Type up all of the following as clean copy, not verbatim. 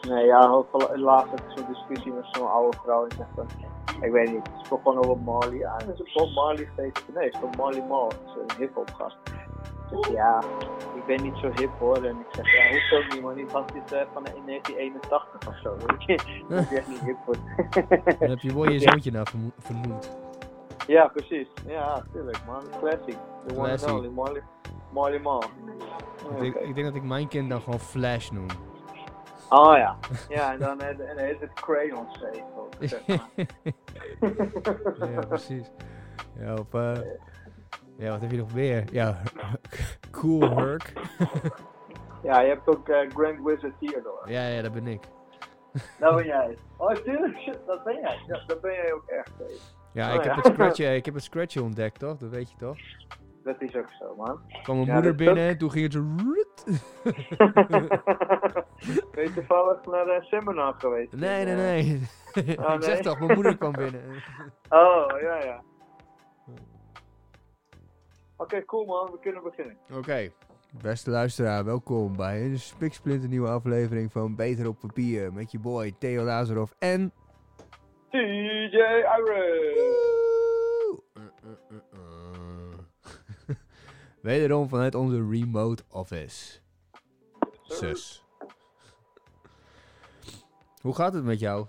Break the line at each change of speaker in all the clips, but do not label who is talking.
Nee, ja, laatst had ik zo'n discussie met zo'n oude vrouw en zegt van, ik weet niet, het is toch gewoon over Marley. Ja, dat is een Bob Marley feest. Nee, het is toch Marley Marl, dat is een hip-hop gast. Ik zeg, ja, ik ben niet zo hip hoor. En ik zeg, ja, hoezo niet man, die gast is van in 1981 of zo. Dat is echt niet hip hoor.
Dan heb je mooi je zoontje nou vernoemd.
Ja, precies. Ja, tuurlijk man, classic. The one and
Classy.
only Marley Marl.
Ik denk dat ik mijn kind dan gewoon Flash noem.
Oh ja, ja en dan heet het Crayon Shape. Zeg maar.
Ja, precies. Ja, ja, wat heb je nog meer? Ja, Cool Herc.
Ja, je hebt ook Grand Wizard Theodore.
Ja, dat ben ik.
Dat ben jij. Oh, tuurlijk, shit, dat ben jij. Ja, dat ben jij ook echt.
Ja,
Oh,
ik heb het scratchje ontdekt, toch? Dat weet je toch?
Dat is ook zo, man.
Kwam mijn moeder binnen en toen ging het zo...
Ben je toevallig naar een seminar geweest?
Nee.
Oh,
Ik zeg toch, mijn moeder kwam binnen.
Oh, ja. Oké, cool man, we kunnen beginnen.
Oké, beste luisteraar, welkom bij een spiksplinternieuwe aflevering van Beter op Papier met je boy Theo Lazarov en...
TJ Iron!
Wederom vanuit onze remote office. Zus. Hoe gaat het met jou?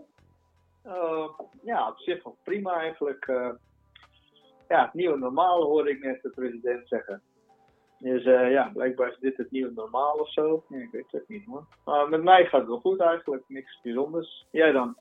Ja, op zich wel prima eigenlijk. Ja, het nieuwe normaal hoorde ik net de president zeggen. Dus ja, blijkbaar is dit het nieuwe normaal of zo. Ja, ik weet het ook niet man. Maar met mij gaat het wel goed eigenlijk, niks bijzonders. Jij dan?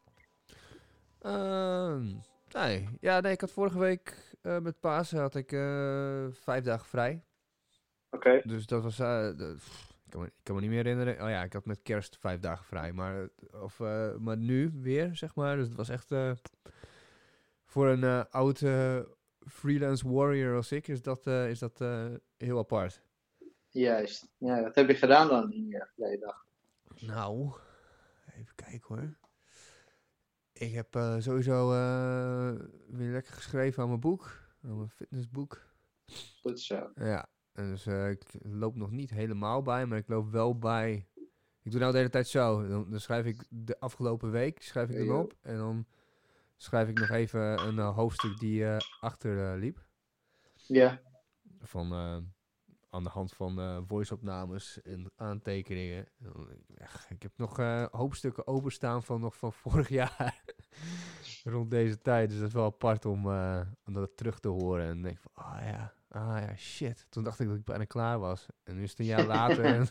Nee, ik had vorige week met Pasen had ik 5 dagen vrij.
Oké.
Dus dat was... ik kan me niet meer herinneren. Oh ja, ik had met kerst 5 dagen vrij. Maar nu weer, zeg maar. Dus het was echt... voor een oud freelance warrior als ik is dat heel apart.
Juist. Ja, wat heb je gedaan dan in je vrije dag?
Nou, even kijken hoor. Ik heb sowieso weer lekker geschreven aan mijn boek. Aan mijn fitnessboek.
Goed zo.
Ja, en dus ik loop nog niet helemaal bij, maar ik loop wel bij. Ik doe nou de hele tijd zo. Dan schrijf ik de afgelopen week schrijf ik dan op. En dan schrijf ik nog even een hoofdstuk die achter liep.
Ja.
Van aan de hand van voice-opnames en aantekeningen. Ik heb nog hoofdstukken openstaan van vorig jaar. Rond deze tijd. Dus dat is wel apart om dat terug te horen. En dan denk ik van, ah ja, shit. Toen dacht ik dat ik bijna klaar was. En nu is het een jaar later.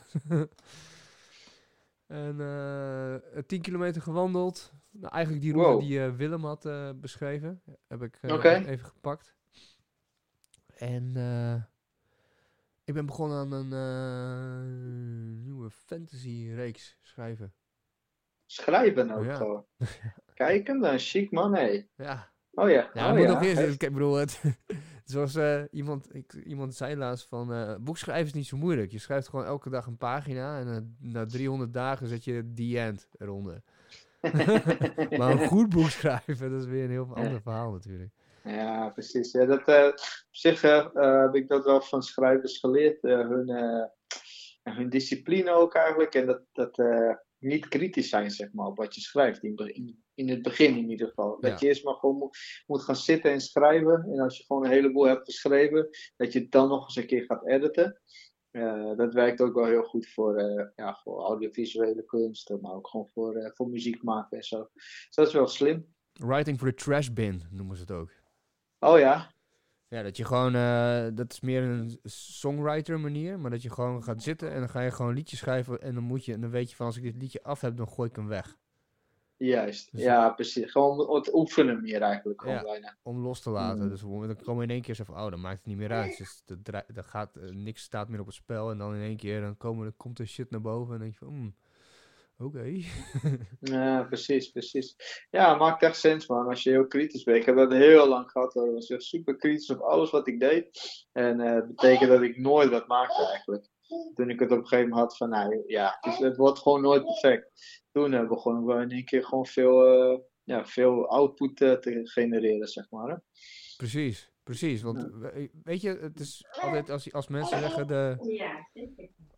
En 10 kilometer gewandeld. Nou, eigenlijk die route die Willem had beschreven. Heb ik even gepakt. En ik ben begonnen aan een nieuwe fantasy-reeks schrijven.
Schrijven ook gewoon? Kijk hem dan, chic man, hé.
Ja.
Oh ja.
Ja, moet nog eerst. Ik bedoel, zoals iemand zei laatst van... boekschrijven is niet zo moeilijk. Je schrijft gewoon elke dag een pagina... en na 300 dagen zet je the end eronder. Maar een goed boek schrijven... dat is weer een heel ander verhaal natuurlijk.
Ja, precies. Ja, op zich heb ik dat wel van schrijvers geleerd. Hun discipline ook eigenlijk. En dat niet kritisch zijn, zeg maar, op wat je schrijft. In het begin in ieder geval. Dat je eerst maar gewoon moet gaan zitten en schrijven. En als je gewoon een heleboel hebt geschreven, dat je het dan nog eens een keer gaat editen. Dat werkt ook wel heel goed voor audiovisuele kunst. Maar ook gewoon voor muziek maken en zo. Dus dat is wel slim.
Writing for the trash bin noemen ze het ook.
Oh ja?
Ja, dat je gewoon, dat is meer een songwriter manier, maar dat je gewoon gaat zitten en dan ga je gewoon liedjes schrijven en dan weet je van als ik dit liedje af heb, dan gooi ik hem weg.
Juist, dus ja precies. Gewoon het oefenen meer eigenlijk. Gewoon bijna.
Om los te laten. Dus dan komen we in één keer zo van, dan maakt het niet meer uit. Dus niks staat meer op het spel en dan in één keer komt er shit naar boven en dan denk je van, oké.
Ja, precies. Ja, het maakt echt sens, man. Als je heel kritisch bent. Ik heb dat heel lang gehad, hoor. Ik was echt super kritisch op alles wat ik deed. En dat betekent dat ik nooit wat maakte, eigenlijk. Toen ik het op een gegeven moment had van, het wordt gewoon nooit perfect. Toen begon ik wel in één keer gewoon veel output te genereren, zeg maar. Hè?
Precies. Want weet je, het is altijd als mensen zeggen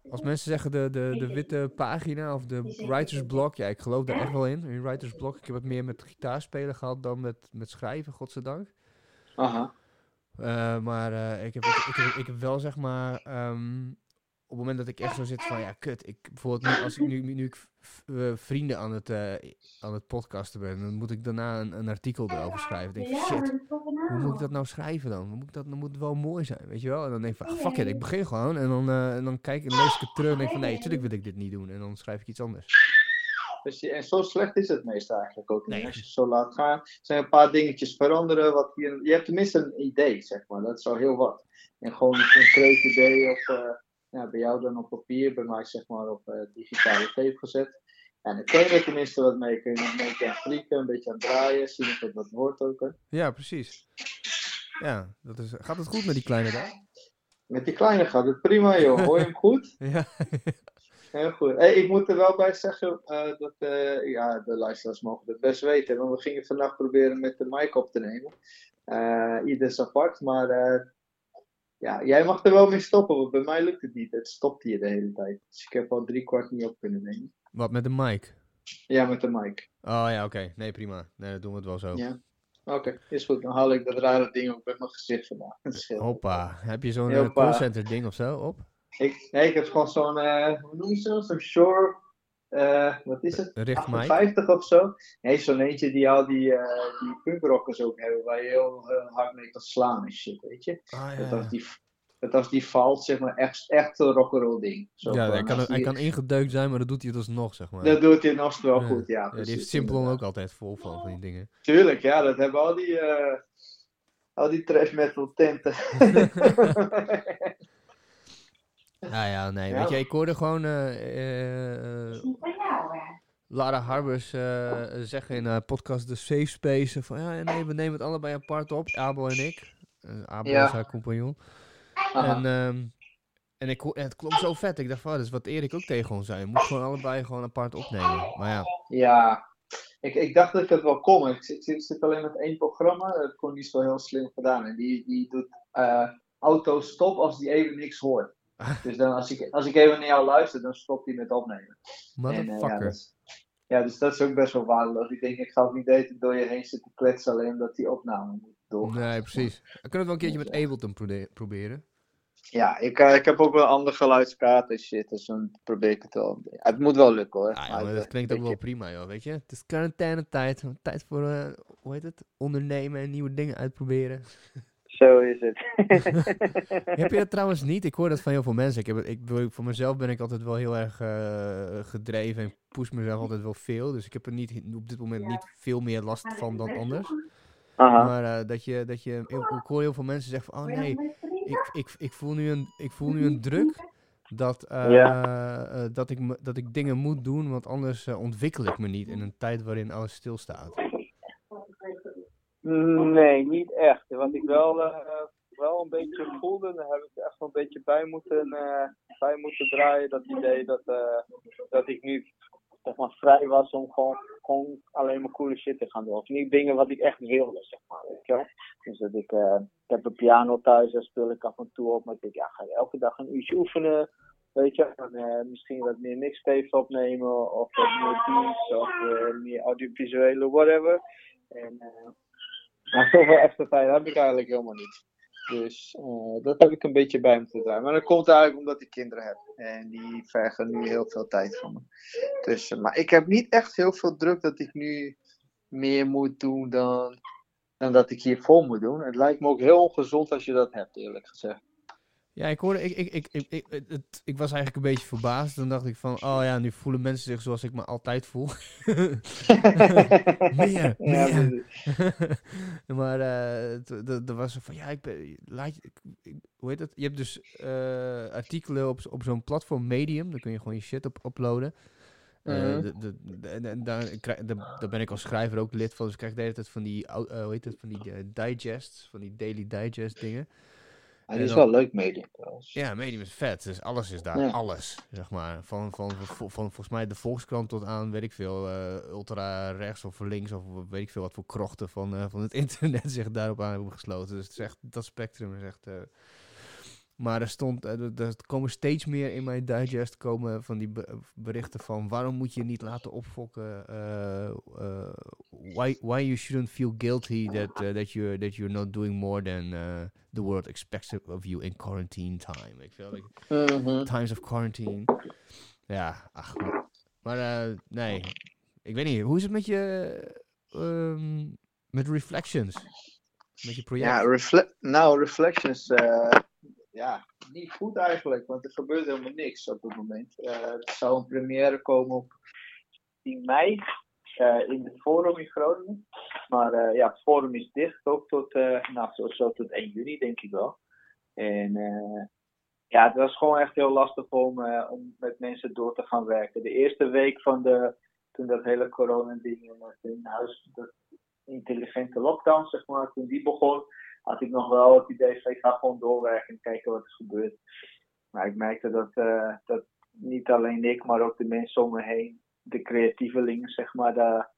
als mensen zeggen de witte pagina of de writer's block, ja, ik geloof daar echt wel in writer's block. Ik heb het meer met gitaarspelen gehad dan met schrijven, godzijdank.
Aha.
Maar ik heb wel, zeg maar, op het moment dat ik echt zo zit van, ja, kut. Bijvoorbeeld nu, als ik nu ik vrienden aan het podcasten ben, dan moet ik daarna een artikel erover schrijven. Dan denk ik, shit, hoe moet ik dat nou schrijven dan? Hoe moet dan moet het wel mooi zijn, weet je wel? En dan denk ik van, fuck it, ik begin gewoon. En dan kijk en lees ik het terug en denk van, nee, natuurlijk wil ik dit niet doen. En dan schrijf ik iets anders.
En zo slecht is het meestal eigenlijk ook niet.
Nee.
Als je zo laat gaan, zijn een paar dingetjes veranderen. Je hebt tenminste een idee, zeg maar. Dat is al heel wat. En gewoon een concreet idee bij jou dan op papier, bij mij zeg maar op digitale tape gezet. En dan kun je er tenminste wat mee. Kun je nog een beetje aan frieken, een beetje aan draaien, zien of het wat wordt ook. Hè.
Ja, precies. Ja, gaat het goed met die kleine daar?
Met die kleine gaat het prima, joh. Hoor je hem goed?
Ja.
Heel goed. Hey, ik moet er wel bij zeggen dat de luisteraars mogen het best weten. Want we gingen vannacht proberen met de mic op te nemen. Ieders apart. Maar jij mag er wel mee stoppen. Want bij mij lukt het niet. Het stopt hier de hele tijd. Dus ik heb al 3/4 niet op kunnen nemen.
Wat, met de mic?
Ja, met de mic.
Oh ja, oké. Nee, prima. Nee, dan doen we het wel zo.
Ja. Oké, is goed. Dan haal ik dat rare ding ook met mijn gezicht vandaag.
Hoppa. Heb je zo'n callcenter ding of zo op?
Ik heb gewoon zo'n, hoe noem je zo? Zo'n Shure, wat is het?
Richt
58 of zo. Nee, zo'n eentje die al die punkrockers ook hebben, waar je heel hard mee kan slaan en shit, weet je.
Ah, ja.
Dat als die valt, zeg maar, echt een rock'n'roll ding. Zo
ja, hij kan ingedeukt zijn, maar dat doet hij het alsnog, zeg maar.
Dat doet hij nog wel goed, ja.
Ja, die heeft Simplon ook altijd vol van die dingen.
Tuurlijk, ja, dat hebben al die trash metal tenten.
Nee, weet je, ik hoorde gewoon Lara Harbers zeggen in podcast de Safe Space van, ja, nee, we nemen het allebei apart op, Abel en ik. Abel is haar compagnon. En het klonk zo vet. Ik dacht van, dat is wat Erik ook tegen ons zei. Je moet gewoon allebei gewoon apart opnemen. Maar ja.
Ja, ik dacht dat ik het wel kon. Ik zit alleen met 1 programma. Dat kon niet zo heel slim gedaan. En die doet auto-stop als die even niks hoort. Dus dan als ik even naar jou luister, dan stopt hij met opnemen.
Motherfucker.
Dus dat is ook best wel waardeloos. Ik denk, ik ga ook niet eten door je heen zitten kletsen alleen omdat die opname moet doorgaan.
Nee, precies. We kunnen het wel een keertje met Ableton proberen.
Ja, ik heb ook wel andere geluidskaarten en shit, dus dan probeer ik het wel. Het moet wel lukken hoor.
Ja, maar dat klinkt ook wel prima joh, weet je. Het is quarantaine-tijd, tijd voor, ondernemen en nieuwe dingen uitproberen.
Zo is het.
Heb je dat trouwens niet? Ik hoor dat van heel veel mensen. Voor mezelf ben ik altijd wel heel erg gedreven en push mezelf altijd wel veel. Dus ik heb er op dit moment niet veel meer last van dan anders.
Aha.
Maar ik hoor heel veel mensen zeggen van, oh nee, ik voel nu een druk dat ik dingen moet doen, want anders ontwikkel ik me niet in een tijd waarin alles stilstaat.
Nee, niet echt. Wat ik wel een beetje voelde, daar heb ik echt wel een beetje bij moeten draaien. Dat idee dat ik nu zeg maar vrij was om gewoon alleen maar coole shit te gaan doen. Of niet dingen wat ik echt wilde, zeg maar. Weet je wel? Dus dat ik heb een piano thuis, daar speel ik af en toe op. Maar ik denk, ja, ga je elke dag een uurtje oefenen. Weet je, en misschien wat meer mixtapes opnemen. Of wat meer beats, of meer audiovisuele, whatever. Maar zoveel extra tijd heb ik eigenlijk helemaal niet. Dus dat heb ik een beetje bij moeten draaien. Maar dat komt eigenlijk omdat ik kinderen heb. En die vergen nu heel veel tijd van me. Dus, maar ik heb niet echt heel veel druk dat ik nu meer moet doen dan dat ik hiervoor moet doen. Het lijkt me ook heel ongezond als je dat hebt, eerlijk gezegd.
Ja, ik hoorde, ik was eigenlijk een beetje verbaasd. Dan dacht ik van, oh ja, nu voelen mensen zich zoals ik me altijd voel. meer. Maar er was van, ja, hoe heet dat? Je hebt dus artikelen op zo'n platform Medium. Daar kun je gewoon je shit op uploaden. Daar ben ik als schrijver ook lid van. Dus ik krijg de hele tijd van die, van die digests, van die daily digest dingen.
Ja, die is wel leuk, Medium trouwens.
Ja, Medium is vet. Dus alles is daar. Ja. Alles, zeg maar. Van volgens mij de Volkskrant tot aan, weet ik veel, ultra rechts of links of weet ik veel wat voor krochten van het internet zich daarop aan hebben gesloten. Dus het is echt, dat spectrum is echt Maar er komen steeds meer in mijn digest van die berichten van waarom moet je niet laten opfokken? Why you shouldn't feel guilty that you're not doing more than the world expects of you in quarantine time. Ik feel like times of quarantine. Ja, ach. Maar nee, ik weet niet. Hoe is het met je met Reflections? Met je project?
Ja, Reflections. Ja, niet goed eigenlijk, want er gebeurt helemaal niks op het moment. Er zou een première komen op 10 mei in het Forum in Groningen. Maar het Forum is dicht ook tot 1 juni, denk ik wel. En het was gewoon echt heel lastig om met mensen door te gaan werken. De eerste week toen dat hele corona-ding in huis, dat intelligente lockdown, zeg maar, toen die begon, had ik nog wel het idee van ik ga gewoon doorwerken en kijken wat er gebeurt. Maar ik merkte dat niet alleen ik, maar ook de mensen om me heen, de creatievelingen, zeg maar,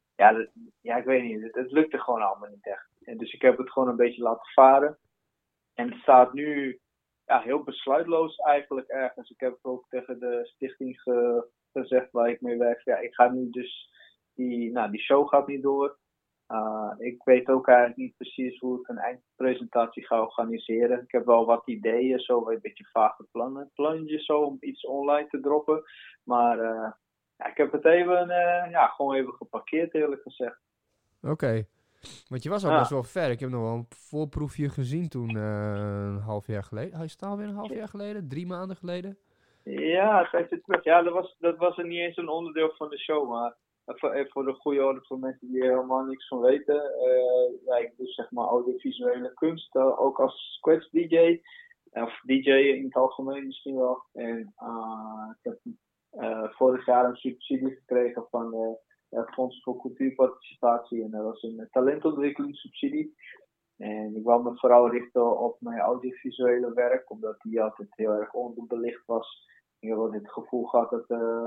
ik weet niet, het lukte gewoon allemaal niet echt. En dus ik heb het gewoon een beetje laten varen. En het staat nu heel besluitloos eigenlijk ergens. Ik heb ook tegen de stichting gezegd waar ik mee werk, ik ga nu dus, die show gaat niet door. Ik weet ook eigenlijk niet precies hoe ik een eindpresentatie ga organiseren. Ik heb wel wat ideeën, zo een beetje vage plannetjes zo om iets online te droppen. Maar ik heb het gewoon even geparkeerd, eerlijk gezegd.
Oké. Want je was al best wel ver. Ik heb nog wel een voorproefje gezien toen een half jaar geleden. Hij is het alweer een half jaar geleden? 3 maanden geleden?
Ja, een tijdje terug. Ja, dat was er niet eens een onderdeel van de show, maar even voor de goede orde voor mensen die er helemaal niks van weten. Ik doe zeg maar audiovisuele kunst, ook als scratch DJ. Of DJ in het algemeen misschien wel. En ik heb vorig jaar een subsidie gekregen van het Fonds voor Cultuurparticipatie. En dat was een talentontwikkelingssubsidie. En ik wou me vooral richten op mijn audiovisuele werk, omdat die altijd heel erg onderbelicht was. Ik heb wel het gevoel gehad dat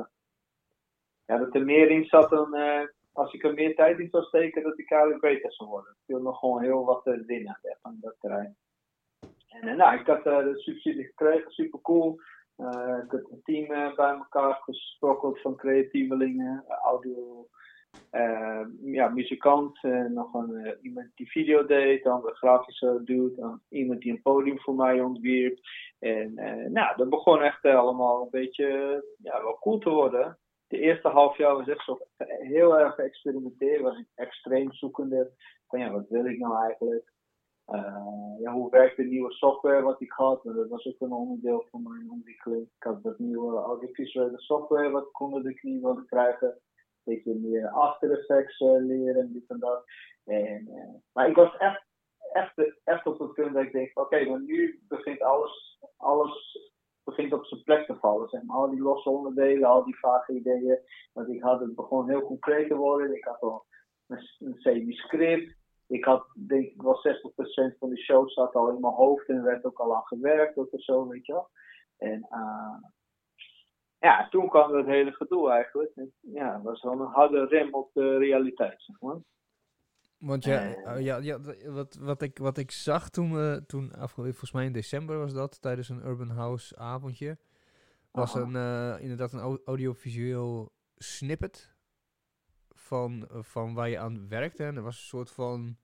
er meer in zat dan als ik er meer tijd in zou steken, dat ik eigenlijk beter zou worden. Ik wil nog gewoon heel wat winnen van dat terrein. En ik had de subsidie gekregen, super cool. Ik heb een team bij elkaar gesprokkeld van creatievelingen, audio, muzikant, nog iemand die video deed, dan de grafische dude, dan iemand die een podium voor mij ontwierp. En dat begon echt allemaal een beetje wel cool te worden. De eerste half jaar was echt zo heel erg experimenteren, was ik extreem zoekende van wat wil ik nou eigenlijk? Hoe werkt de nieuwe software wat ik had? Dat was ook een onderdeel van mijn ontwikkeling. Ik had dat nieuwe audiovisuele software wat ik onder de knie wilde krijgen. Een beetje meer After Effects leren en dit en dat. Maar ik was echt op het punt dat ik denk, oké, maar nu begint alles begint op zijn plek te vallen. Zeg maar. Al die losse onderdelen, al die vage ideeën. Want ik had het begon heel concreet te worden. Ik had al een semi-script. Ik had, denk ik, wel 60% van de show zat al in mijn hoofd en er werd ook al aan gewerkt of zo, weet je wel. En toen kwam het hele gedoe eigenlijk. En, het was wel een harde rem op de realiteit, zeg maar.
Want wat ik zag toen volgens mij in december was dat, tijdens een Urban House avondje, was inderdaad een audiovisueel snippet van waar je aan werkte. En er was een soort van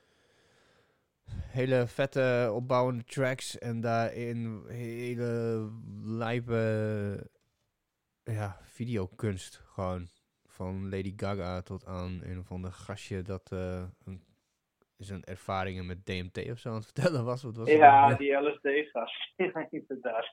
hele vette opbouwende tracks en daarin hele lijpe videokunst gewoon. Van Lady Gaga tot aan een of ander gastje dat zijn ervaringen met DMT of zo aan het vertellen was. Wat was
het? Die LSD-gast. Inderdaad.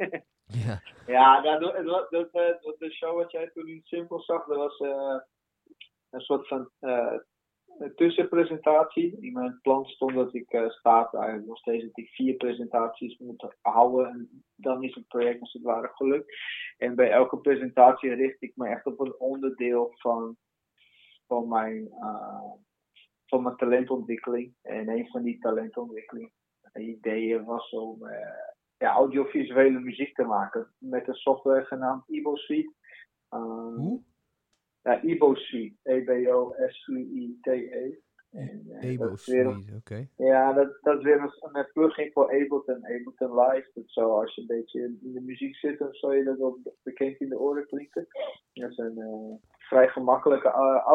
De show wat jij toen in Simpel zag, dat was een soort van een tussenpresentatie. In mijn plan stond dat ik staat eigenlijk nog steeds dat ik 4 presentaties moet houden. En dan is het project als het ware gelukt. En bij elke presentatie richt ik me echt op een onderdeel van mijn talentontwikkeling. En een van die talentontwikkeling ideeën was om audiovisuele muziek te maken. Met een software genaamd EboSuite.
Hoe?
EboSuite. EBOSUITE. En dat
Abo
is weer
Suite, oké.
ja, dat is weer een plugin voor Ableton, Ableton Live. Dat zo, als je een beetje in de muziek zit, dan zal je dat wel bekend in de oren klinken. Dat is een vrij gemakkelijke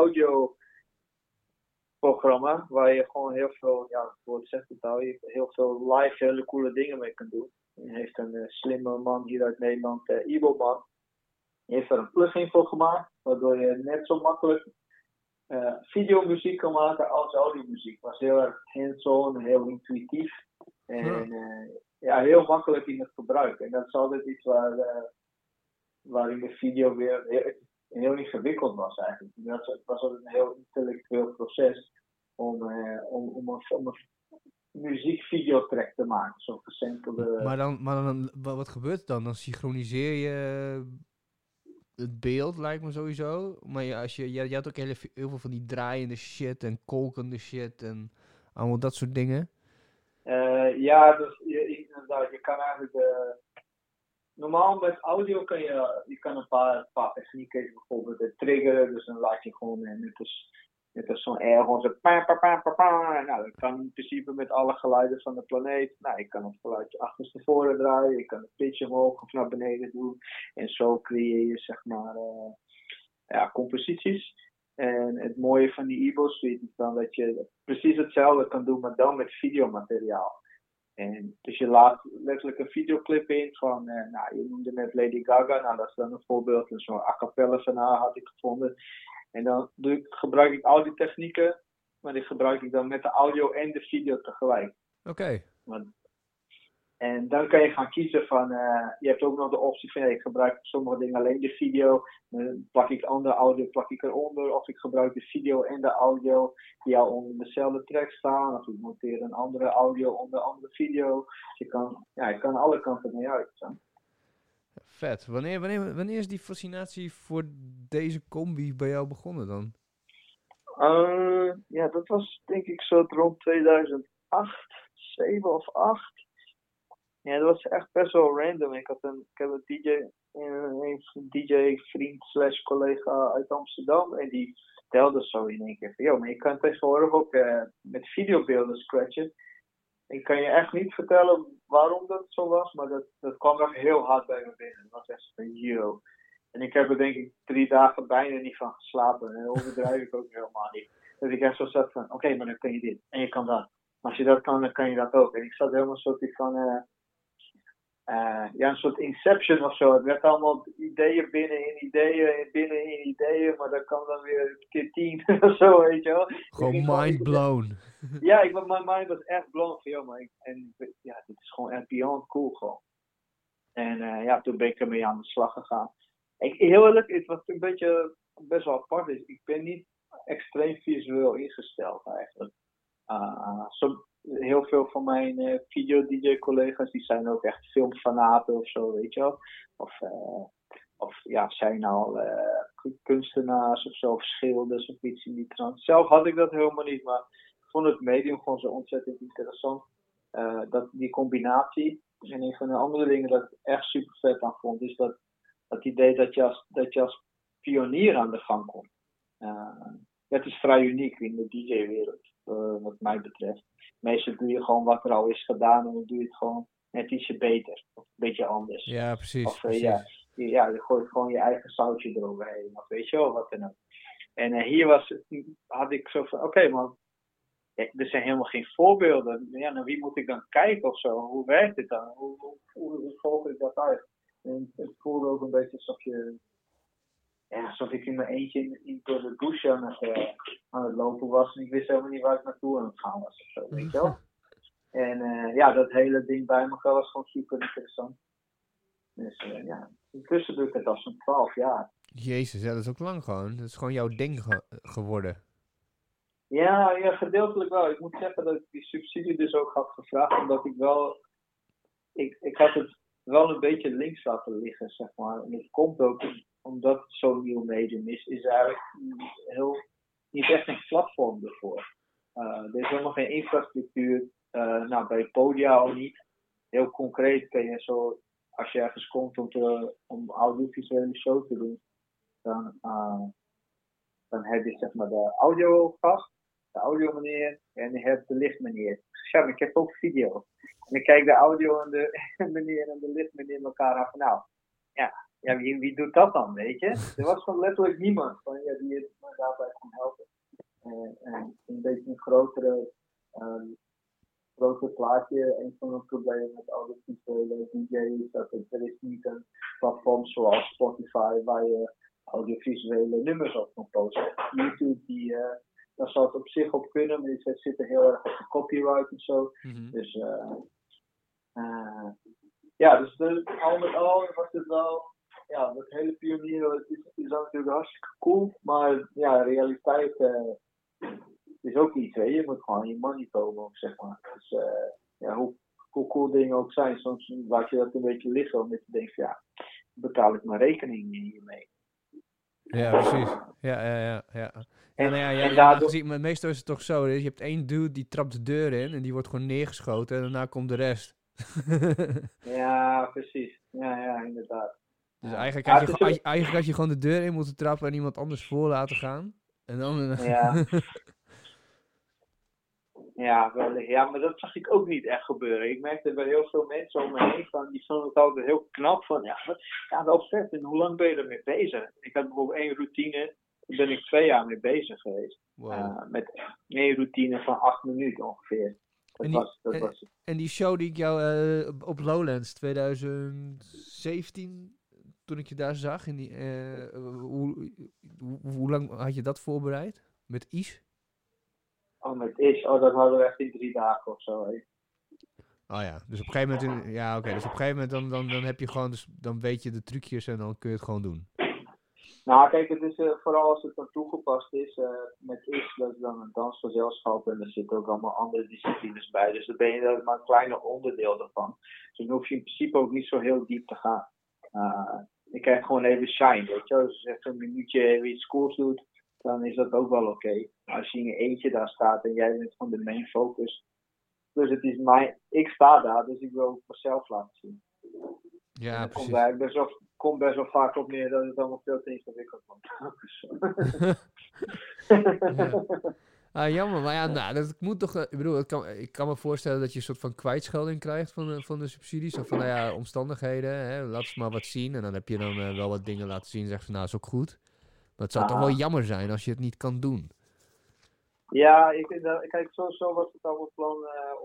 audioprogramma waar je gewoon heel veel, ja, het woord zegt het al, je heel veel live hele coole dingen mee kunt doen. En heeft een slimme man hier uit Nederland, Ibelman, die heeft er een plugin voor gemaakt, waardoor je net zo makkelijk videomuziek kan maken als audiomuziek. Het was heel erg hands-on, heel intuïtief
Huh.
en ja, heel makkelijk in het gebruik. En dat is altijd iets waarin de video weer heel ingewikkeld was eigenlijk. Het was altijd een heel intellectueel proces om een muziekvideotrack te maken. Zo'n gesampelde.
Maar dan, wat gebeurt er dan? Dan synchroniseer je het beeld, lijkt me sowieso. Maar ja, je had ook heel veel van die draaiende shit en kolkende shit en allemaal dat soort dingen.
Ja, dus inderdaad, je kan eigenlijk normaal met audio kan je kan een paar technieken, bijvoorbeeld de triggeren, dus dan laat je gewoon net als zo'n air gewoon zo pa pa pa pa pa. Nou, dat kan in principe met alle geluiden van de planeet. Nou, je kan het geluidje achterstevoren draaien, je kan het pitch omhoog of naar beneden doen. En zo creëer je zeg maar ja, composities. En het mooie van die Evo Suite is dan dat je precies hetzelfde kan doen, maar dan met videomateriaal. En dus je laat letterlijk een videoclip in van, nou, je noemde net Lady Gaga, nou dat is dan een voorbeeld, een soort a cappella van haar had ik gevonden. En dan gebruik ik al die technieken, maar die gebruik ik dan met de audio en de video tegelijk.
Oké.
En dan kan je gaan kiezen van, je hebt ook nog de optie van, ik gebruik sommige dingen alleen de video, dan plak ik andere audio, plak ik eronder, of ik gebruik de video en de audio die al onder dezelfde track staan, of ik monteer een andere audio onder een andere video. Dus je kan alle kanten mee uit. Zo.
Vet. Wanneer is die fascinatie voor deze combi bij jou begonnen dan?
Ja, dat was denk ik zo rond 2008, 7 of 8. Ja, dat was echt best wel random. Ik heb een DJ vriend slash collega uit Amsterdam en die vertelde zo in één keer van, joh, maar je kan tegenwoordig ook met videobeelden scratchen. Ik kan je echt niet vertellen waarom dat zo was, maar dat kwam echt heel hard bij me binnen. Dat was echt van, yo. En ik heb er denk ik 3 dagen bijna niet van geslapen. En dat overdrijf ik ook helemaal niet. Dat ik echt zo zat van, oké, maar dan kun je dit. En je kan dat. Maar als je dat kan, dan kan je dat ook. En ik zat helemaal zo van, ja, een soort inception of zo. Het werd allemaal ideeën binnen in ideeën, maar dat kan dan weer keer 10 of zo, weet je wel.
Gewoon mind blown.
Ja, mijn mind was echt blown van, joh, ja, dit is gewoon echt beyond cool gewoon. En ja, toen ben ik ermee aan de slag gegaan. Heel eerlijk, het was een beetje best wel apart. Ik ben niet extreem visueel ingesteld eigenlijk. Heel veel van mijn video-dj-collega's die zijn ook echt filmfanaten of zo, weet je wel. Of ja, zijn al kunstenaars of zo, of schilders of iets in die trant. Zelf had ik dat helemaal niet, maar ik vond het medium gewoon zo ontzettend interessant. Die combinatie. En een van de andere dingen dat ik echt super vet aan vond, is dat idee dat je als pionier aan de gang komt. Het is vrij uniek in de DJ-wereld, wat mij betreft. Meestal doe je gewoon wat er al is gedaan en dan doe je het gewoon net ietsje beter. Of een beetje anders.
Ja, precies,
Of
precies.
ja, je gooit gewoon je eigen zoutje eroverheen. Of weet je wel, wat dan ook. En hier had ik zo van, oké, maar er zijn helemaal geen voorbeelden. Ja, naar wie moet ik dan kijken of zo? Hoe werkt dit dan? Hoe volg ik dat uit? En het voelde ook een beetje alsof ik in mijn eentje door de douche aan het lopen was. En ik wist helemaal niet waar ik naartoe aan het gaan was of zo, weet je wel? En ja, dat hele ding bij elkaar was gewoon super interessant. Dus ja, intussen doe ik het al zo'n 12 jaar.
Jezus, ja, dat is ook lang gewoon. Dat is gewoon jouw ding geworden.
Ja, gedeeltelijk wel. Ik moet zeggen dat ik die subsidie dus ook had gevraagd, omdat ik had het wel een beetje links laten liggen, zeg maar. En het komt ook omdat het zo'n nieuw medium is eigenlijk niet echt een platform ervoor. Er is helemaal geen infrastructuur. Nou, bij Podia al niet. Heel concreet kun je zo, als je ergens komt om audiovisuele show te doen, dan heb je zeg maar de audiogast. de audio meneer en je hebt de licht meneer. Ik zeg, ja, maar ik heb ook video. En dan kijkt de audio en de meneer en de licht meneer elkaar af. Nou, ja wie doet dat dan, weet je? Er was gewoon letterlijk niemand van, die me daarbij kon helpen. En een beetje een grotere plaatje. Een van de problemen met audiovisuele DJ's is dat er is niet een platform zoals Spotify waar je audiovisuele nummers op kan posten. YouTube, daar zou het op zich op kunnen, maar die zitten heel erg op de copyright en zo.
Mhm.
Dus dus al met al was het wel, dat hele pionieren is natuurlijk hartstikke cool, maar ja, realiteit is ook iets, hè. Je moet gewoon je money komen, zeg maar. Dus hoe cool dingen ook zijn, soms laat je dat een beetje liggen, omdat je denkt, betaal ik mijn rekening hiermee.
Ja, precies. Ja.
En daardoor...
Maar meestal is het toch zo, je hebt één dude die trapt de deur in en die wordt gewoon neergeschoten en daarna komt de rest.
Ja, precies. Ja, inderdaad.
Dus eigenlijk had je gewoon de deur in moeten trappen en iemand anders voor laten gaan. En dan...
Ja, maar dat zag ik ook niet echt gebeuren. Ik merkte bij heel veel mensen om me heen die vonden het altijd heel knap van, wel vet. En hoe lang ben je ermee bezig? Ik had bijvoorbeeld 1 routine, daar ben ik 2 jaar mee bezig geweest.
Wow.
Met 1 routine van 8 minuten ongeveer.
En die show die ik jou op Lowlands 2017, toen ik je daar zag, hoe lang had je dat voorbereid? Met Is?
Oh, met Is? Dat hadden we echt in 3 dagen of zo. Hè.
Oh ja, dus op een gegeven moment, dus op een gegeven moment dan heb je gewoon, dus dan weet je de trucjes en dan kun je het gewoon doen.
Nou, kijk, het is vooral als het dan toegepast is, met Is, dat is dan een dansgezelschap en er zitten ook allemaal andere disciplines bij. Dus dan ben je maar een kleiner onderdeel ervan. Dus dan hoef je in principe ook niet zo heel diep te gaan. Je krijgt gewoon even shine, weet je wel. Dus als je echt een minuutje even iets cools doet, dan is dat ook wel oké. Als je in je eentje daar staat en jij bent van de main focus. Dus het is ik sta daar, dus ik wil het mezelf laten zien.
Ja, precies.
Komt best wel vaak op neer dat het allemaal veel te ingewikkeld wordt.
Jammer, maar dat moet toch... Ik bedoel, ik kan me voorstellen dat je een soort van kwijtschelding krijgt van de subsidies. Of van, omstandigheden. Hè, laat eens maar wat zien. En dan heb je dan wel wat dingen laten zien. Zeg van, is ook goed. Maar het zou toch wel jammer zijn als je het niet kan doen.
Ja, kijk, sowieso was het al een plan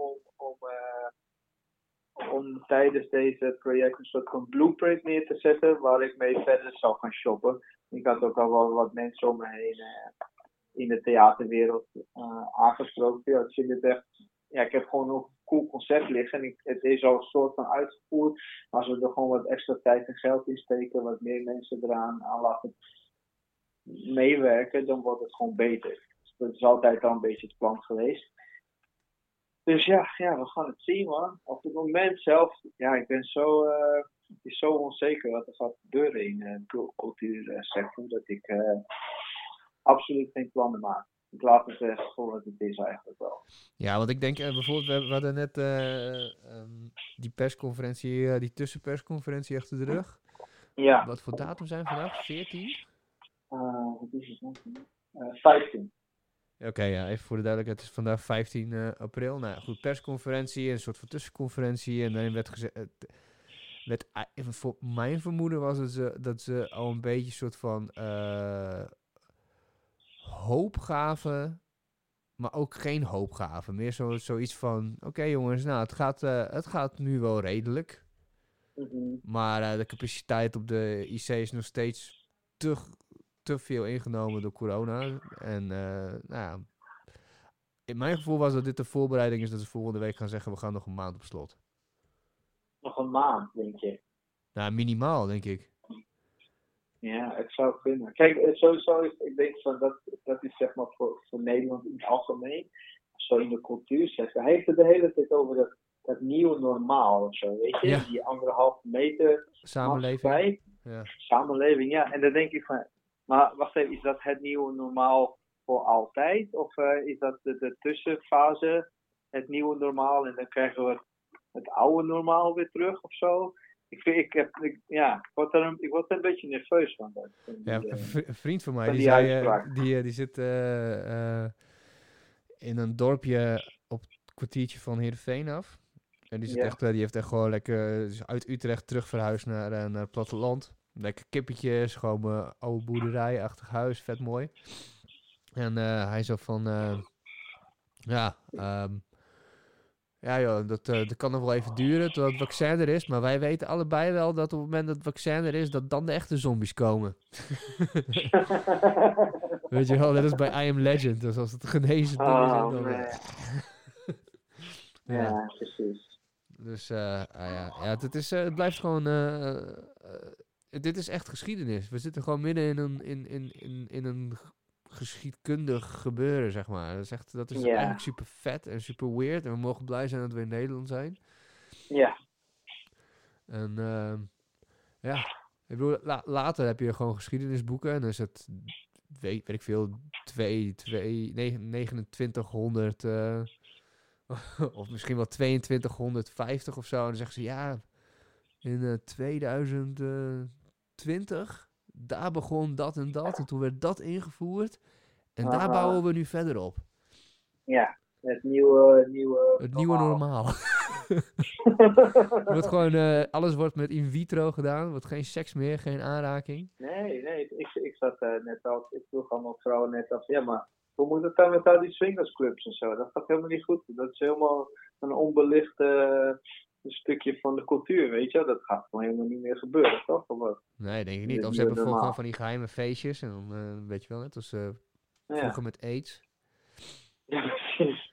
om tijdens deze project een soort van blueprint neer te zetten waar ik mee verder zou gaan shoppen. Ik had ook al wel wat mensen om me heen in de theaterwereld aangesproken. Ja, ik heb gewoon nog een cool concept liggen en het is al een soort van uitgevoerd. Maar als we er gewoon wat extra tijd en geld in steken, wat meer mensen eraan laten meewerken, dan wordt het gewoon beter. Dat is altijd al een beetje het plan geweest. Dus we gaan het zien, man. Op het moment zelf, ik ben het is zo onzeker wat er gaat gebeuren in de cultuursector, dat ik absoluut geen plannen maak. Ik laat het echt voor wat het is eigenlijk wel.
Ja, want ik denk bijvoorbeeld, we hadden net die persconferentie, die tussenpersconferentie achter de rug.
Ja.
Wat voor datum zijn we vandaag? 14?
Wat is het nog? 15.
Oké, even voor de duidelijkheid. Het is vandaag 15 april. Nou goed, persconferentie, een soort van tussenconferentie. En dan werd gezegd... voor mijn vermoeden was het dat ze al een beetje een soort van hoop gaven, maar ook geen hoop gaven. Meer zoiets van, oké, jongens, het gaat nu wel redelijk.
Mm-hmm.
Maar de capaciteit op de IC is nog steeds te veel ingenomen door corona. En in mijn gevoel was dat dit de voorbereiding is dat ze volgende week gaan zeggen, we gaan nog een maand op slot.
Nog een maand, denk je?
Nou, minimaal, denk ik.
Ja, het zou kunnen. Kijk, sowieso ik denk van dat is zeg maar voor Nederland in het algemeen, zo in de cultuursector. Hij heeft het de hele tijd over dat nieuwe normaal of zo, weet je?
Ja.
Die 1,5 meter
samenleving.
Ja. Samenleving, ja. En dan denk ik van, maar wacht even, is dat het nieuwe normaal voor altijd? Of is dat de tussenfase, het nieuwe normaal en dan krijgen we het oude normaal weer terug of zo? Ik word er een beetje nerveus van.
Een vriend van mij,
die
die zit in een dorpje op het kwartiertje van Heerenveen af. En die, die heeft echt gewoon lekker is uit Utrecht terug verhuisd naar het platteland. Lekker kippetjes, gewoon mijn oude boerderij-achtig huis, vet mooi. En hij zo van, ja joh, dat kan nog wel even duren totdat het vaccin er is. Maar wij weten allebei wel dat op het moment dat het vaccin er is, dat dan de echte zombies komen. Weet je wel, net als bij I Am Legend. Dus als het genezen ding is, dan...
Ja, precies.
Dus het blijft gewoon... dit is echt geschiedenis. We zitten gewoon midden in een geschiedkundig gebeuren, zeg maar. Dat is eigenlijk super vet en super weird. En we mogen blij zijn dat we in Nederland zijn.
Ja.
En ik bedoel, later heb je gewoon geschiedenisboeken. En dan is het, weet ik veel, 2900... of misschien wel 2250 of zo. En dan zeggen ze, ja, in 2020, daar begon dat en dat. En toen werd dat ingevoerd. En daar bouwen we nu verder op.
Ja, het nieuwe
normaal. Wordt gewoon, alles wordt met in vitro gedaan. Wordt geen seks meer, geen aanraking.
Nee, ik zat net al, ik vroeg allemaal vrouwen net af, ja, maar hoe moet het dan met al die swingersclubs en zo? Dat gaat helemaal niet goed. Dat is helemaal een onbelicht stukje van de cultuur, weet je? Dat gaat gewoon helemaal niet meer gebeuren, toch? Of wat?
Nee, denk ik niet. Of ze hebben gewoon van die geheime feestjes. En dan weet je wel, net als vroeger met AIDS.
Ja, precies.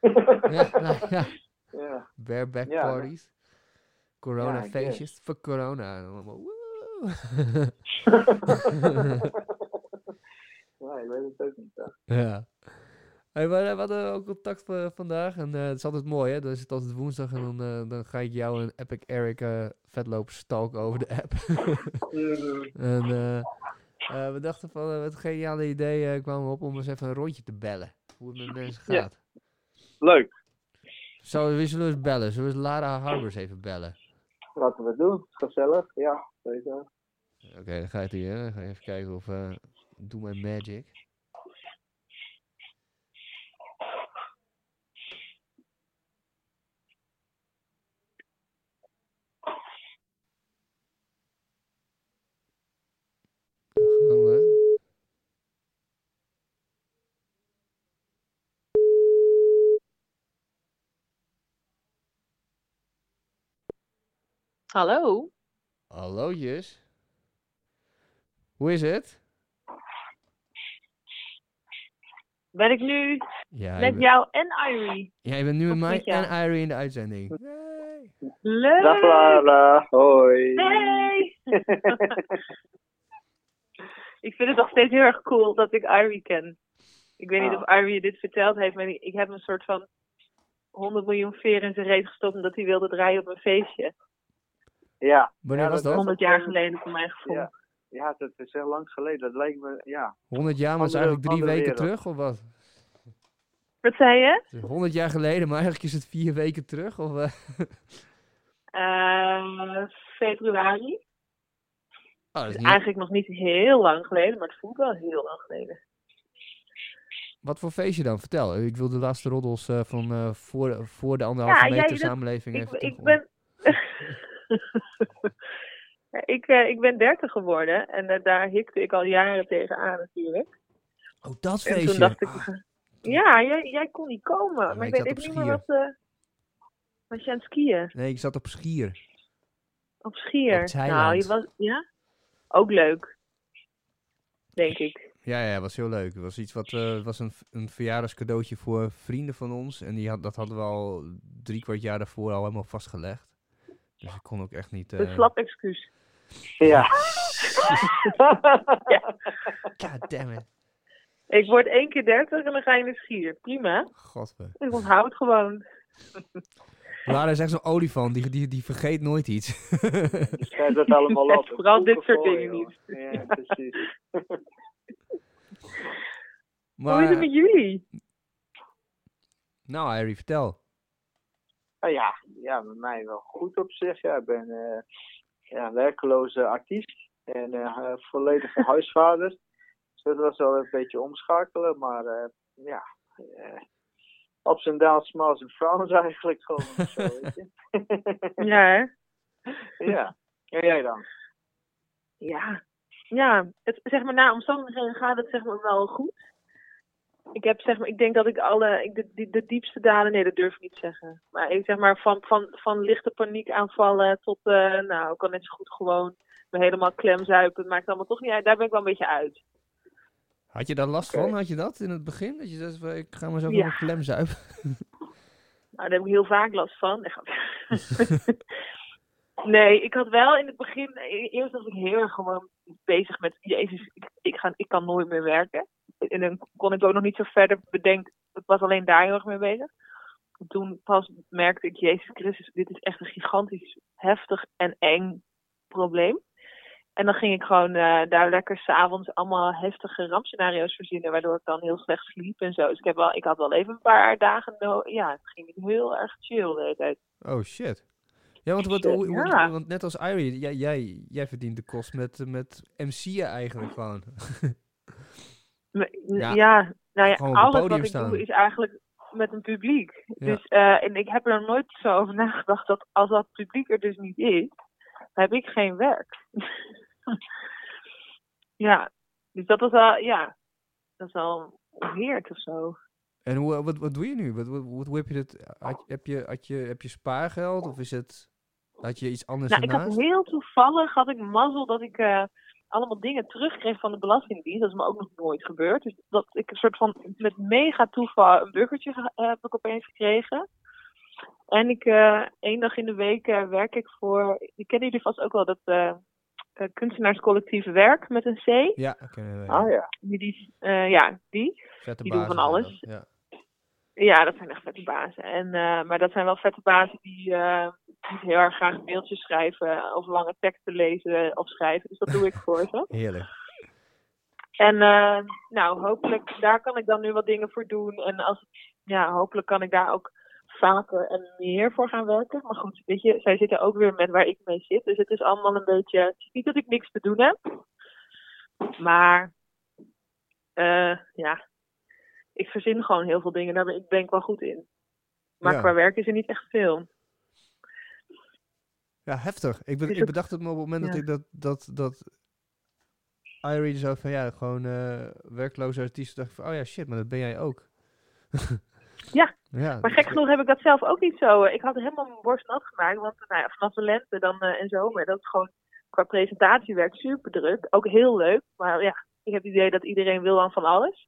Ja. Bareback parties. Corona feestjes. Fuck corona.
Ja, ik weet het ook niet.
Ja. Hey, we hadden ook contact vandaag. En het is altijd mooi, hè? Dan is het altijd woensdag. En dan ga ik jou en Epic Eric vetlopen stalken over de app. En we dachten van, het geniale idee kwam op om eens even een rondje te bellen. Hoe het met mensen gaat.
Ja. Leuk.
Zullen we eens bellen? Zullen we eens Lara Harbers even bellen?
Laten we het doen. Gezellig. Ja, sowieso.
Oké, dan gaat hij, hè? Dan ga je even kijken of... Doe my magic.
Hallo.
Hallo Jus. Hoe is het?
Ben ik nu met jou en Irie?
Ja, je bent nu met mij en Irie in de uitzending.
Nee. Leuk.
Dag Lara, hoi.
Hey. Ik vind het nog steeds heel erg cool dat ik Irie ken. Ik weet niet of Irie je dit verteld heeft, maar ik heb een soort van 100 miljoen veer in zijn reet gestopt omdat hij wilde draaien op een feestje.
Ja.
Wanneer was dat?
100 jaar geleden voor mijn gevoel.
Ja, dat is heel lang geleden. Dat lijkt me,
100 jaar, maar is eigenlijk 3 weken terug, of wat?
Wat zei je?
100 jaar geleden, maar eigenlijk is het 4 weken terug, of?
Februari.
Oh, dat is niet...
Eigenlijk nog niet heel lang geleden, maar het voelt wel heel lang geleden.
Wat voor feestje dan? Vertel. Ik wil de laatste roddels van voor de 1,5 meter samenleving even
ik ben... ik ben 30 geworden en daar hikte ik al jaren tegenaan natuurlijk.
Oh, dat feestje. En
toen dacht ik, jij kon niet komen. Maar ik weet even niet meer wat... was je aan het skiën?
Nee, ik zat op Schier.
Op Schier?
Op nou,
je was... Ja? Ook leuk. Denk ik.
Ja, was heel leuk. Het was iets was een verjaardagscadeautje voor vrienden van ons. En dat hadden we al 3/4 jaar daarvoor al helemaal vastgelegd. Dus ik kon ook echt niet...
Een slap excuus.
Ja.
God damn it.
Ik word 1 keer 30 en dan ga je naar Schier. Prima.
Godver.
Ik onthoud het gewoon.
Lara is echt zo'n olifant, die vergeet nooit iets.
Die schrijft dat allemaal op.
Vooral dit soort dingen niet.
Ja, precies.
Maar,
hoe is het met jullie?
Nou, Harry, vertel.
Ja, met mij wel goed op zich. Ja, ik ben werkeloze artiest en volledige huisvader. Dus dat was wel een beetje omschakelen, maar ups en downs, smiles en frowns eigenlijk gewoon. Of zo, weet je?
Ja, hè?
Ja. En jij dan?
Ja, het, zeg maar, na omstandigheden gaat het zeg maar wel goed. Ik heb zeg maar, ik denk dat ik de diepste dalen, nee, dat durf ik niet te zeggen. Maar ik zeg maar van lichte paniekaanvallen tot, ik kan net zo goed gewoon me helemaal klemzuipen. Het maakt allemaal toch niet uit. Daar ben ik wel een beetje uit.
Had je daar last
Oké.
van? Had je dat in het begin? Dat je zegt, van, ik ga maar zo van
Ja.
mijn klem zuipen.
Nou, daar heb ik heel vaak last van. Nee, ik had wel in het begin, eerst was ik heel erg gewoon bezig met, jezus, ik kan nooit meer werken. En dan kon ik ook nog niet zo verder bedenken, ik was alleen daar heel erg mee bezig. Toen pas merkte ik, Jezus Christus, dit is echt een gigantisch heftig en eng probleem. En dan ging ik gewoon daar lekker 's avonds allemaal heftige rampscenario's verzinnen, waardoor ik dan heel slecht sliep en zo. Dus ik had wel even een paar dagen, het ging heel erg chill de hele tijd.
Oh, shit. Ja, want,
Ja.
want net als Irie, jij verdient de kost met MC'en eigenlijk gewoon. Ja, gewoon op het
Alles
podium
wat ik
staan.
doe is eigenlijk met een publiek.
Ja.
Dus, en ik heb er nog nooit zo over nagedacht dat als dat publiek er dus niet is, dan heb ik geen werk. Ja, dus dat was wel, dat is wel weird of zo.
En wat doe je nu? Hoe heb je dit? Heb je spaargeld of had je iets anders
Nou, ik had
ernaast?
heel toevallig, had ik mazzel dat ik allemaal dingen terugkreeg van de Belastingdienst. Dat is me ook nog nooit gebeurd. Dus dat ik een soort van met mega toeval een burgertje heb ik opeens gekregen. En ik 1 dag in de week werk ik voor, die kennen jullie vast ook wel, dat kunstenaarscollectief Werk met een C.
Ja, oké.
Ah ja.
Die
Vette
die doen
bazen
van alles.
zijn dat, ja.
Ja, dat zijn echt vette bazen. En, maar dat zijn wel vette bazen die heel erg graag mailtjes schrijven of lange teksten lezen of schrijven. Dus dat doe ik voor ze.
Heerlijk.
En hopelijk, daar kan ik dan nu wat dingen voor doen. En hopelijk kan ik daar ook vaker en meer voor gaan werken. Maar goed, weet je, zij zitten ook weer met waar ik mee zit. Dus het is allemaal een beetje, het is niet dat ik niks te doen heb. Maar, ik verzin gewoon heel veel dingen. Daar ben ik wel goed in. Maar
Ja.
qua werk is er niet echt veel.
Ja, heftig. Ik
Dus
bedacht het me op het moment
ja.
dat Irie zo van, gewoon werkloze artiest, dacht ik van, oh ja, shit, maar dat ben jij ook.
Ja.
Ja,
Maar gek genoeg heb ik dat zelf ook niet zo. Ik had helemaal mijn borst nat gemaakt. Want vanaf de lente dan, en zomer, dat is gewoon qua presentatiewerk super druk. Ook heel leuk. Maar ja, ik heb het idee dat iedereen wil dan van alles.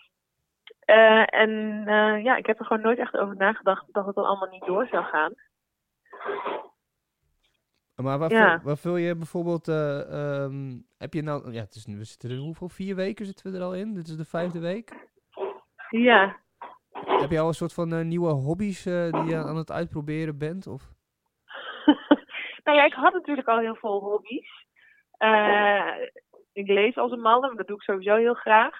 Ik heb er gewoon nooit echt over nagedacht dat het dan allemaal niet door zou gaan.
Maar waar vul je bijvoorbeeld, heb je nou, ja, we zitten er hoeveel, 4 weken zitten we er al in? Dit is de 5e week.
Ja.
Heb je al een soort van nieuwe hobby's die je aan het uitproberen bent? Of?
Nou ja, ik had natuurlijk al heel veel hobby's. Ik lees als een malle, maar dat doe ik sowieso heel graag.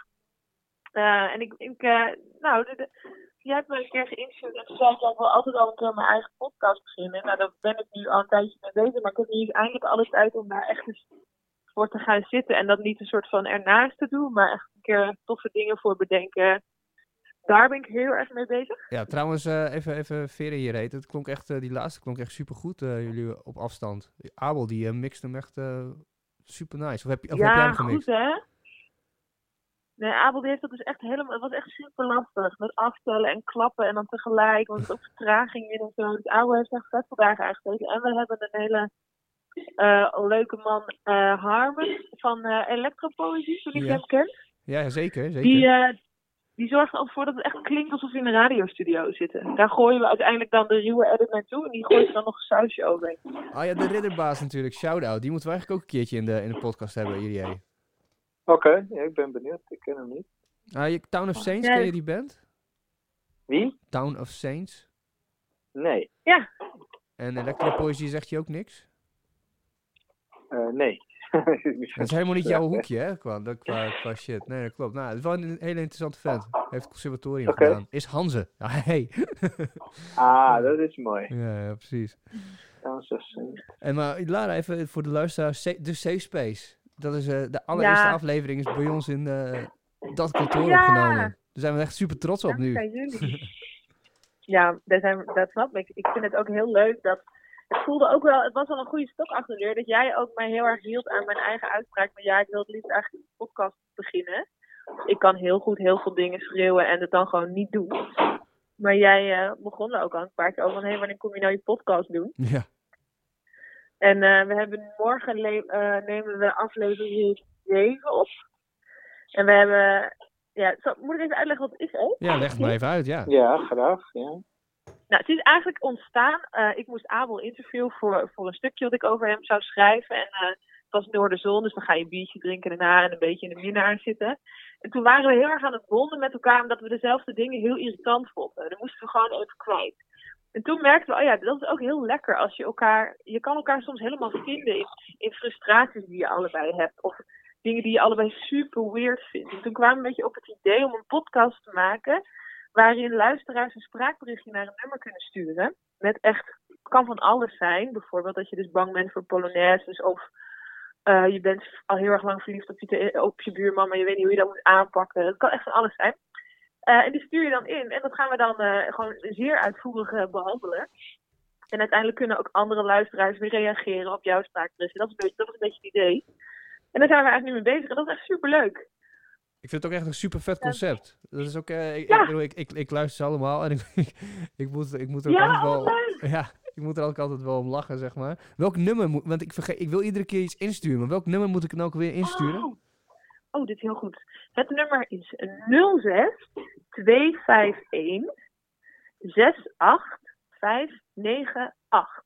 Jij hebt me een keer geïnterviewd en toen zei ik, ik wil altijd al een keer mijn eigen podcast beginnen. Nou, daar ben ik nu al een tijdje mee bezig, maar ik heb niet eens eindelijk alles uit om daar echt eens voor te gaan zitten. En dat niet een soort van ernaast te doen, maar echt een keer toffe dingen voor bedenken. Daar ben ik heel erg mee bezig.
Ja, trouwens, even veren hier heet. Het klonk echt, die laatste klonk echt supergoed, jullie op afstand. Abel, die mixt hem echt super nice. Of heb jij hem gemixt?
Goed hè? Nee, Abel die heeft dat dus echt helemaal, het was echt super lastig. Met aftellen en klappen en dan tegelijk, want er ook vertraging in en zo. Dus Abel heeft echt vet veel dagen aangesteken. En we hebben een hele leuke man, Harmen, van Electropoëzie, toen ik hem ken.
Ja, zeker.
Die zorgt er ook voor dat het echt klinkt alsof we in een radiostudio zitten. Daar gooien we uiteindelijk dan de ruwe edit naartoe en die gooit er dan nog een sausje overheen.
Ah ja, de Ridderbaas natuurlijk, shout-out. Die moeten we eigenlijk ook een keertje in de podcast hebben, Irie.
Oké, ja, ik ben benieuwd. Ik ken hem niet.
Town of Saints, ken je die band?
Wie?
Town of Saints.
Nee.
Ja.
En Electropoëzie zegt je ook niks?
Nee.
Dat is helemaal niet jouw hoekje, hè? Qua shit. Nee, dat klopt. Nou, het is wel een hele interessante vent. Heeft het conservatorium gedaan. Is Hanze. Ja, hey.
Dat is mooi.
Ja, precies.
Dat is
En maar Lara, even voor de luisteraars. De Safe Space. Dat is de allereerste aflevering is bij ons in dat kantoor opgenomen. Daar zijn we echt super trots op nu.
Jullie. Ja, dat snap ik. Ik vind het ook heel leuk dat... Het voelde ook wel... Het was wel een goede stok achter de deur. Dat jij ook mij heel erg hield aan mijn eigen uitspraak. Maar ja, ik wil het liefst eigenlijk een podcast beginnen. Ik kan heel goed heel veel dingen schreeuwen en het dan gewoon niet doen. Maar jij begon er ook al een paar keer over van... wanneer kom je nou je podcast doen?
Ja.
En we hebben morgen nemen we aflevering 7 op. En we hebben... Ja, moet ik even uitleggen wat het is, hè?
Ja, leg het maar even uit, ja.
Ja, graag. Ja.
Nou, het is eigenlijk ontstaan. Ik moest Abel interviewen voor een stukje wat ik over hem zou schrijven. En het was Noorderzon, dus dan ga je een biertje drinken daarna en een beetje in de minnaar zitten. En toen waren we heel erg aan het bonden met elkaar, omdat we dezelfde dingen heel irritant vonden. Dan moesten we gewoon even kwijt. En toen merkten we, dat is ook heel lekker als je kan elkaar soms helemaal vinden in frustraties die je allebei hebt. Of dingen die je allebei super weird vindt. En toen kwamen we een beetje op het idee om een podcast te maken waarin luisteraars een spraakberichtje naar een nummer kunnen sturen. Met echt, het kan van alles zijn. Bijvoorbeeld dat je dus bang bent voor polonaises of je bent al heel erg lang verliefd op je buurman, maar je weet niet hoe je dat moet aanpakken. Het kan echt van alles zijn. En die stuur je dan in en dat gaan we dan gewoon zeer uitvoerig behandelen. En uiteindelijk kunnen ook andere luisteraars weer reageren op jouw spraakberichtje. Dat was een beetje het idee. En daar zijn we eigenlijk nu mee bezig en dat is echt superleuk.
Ik vind het ook echt een super vet concept. Dat is ook, ik luister ze allemaal en ik moet er ook altijd wel... Ja, ik moet er ook altijd wel om lachen, zeg maar. Welk nummer want ik wil iedere keer iets insturen, maar welk nummer moet ik nou ook weer insturen?
Oh, dit is heel goed. Het nummer is 06 251 68598.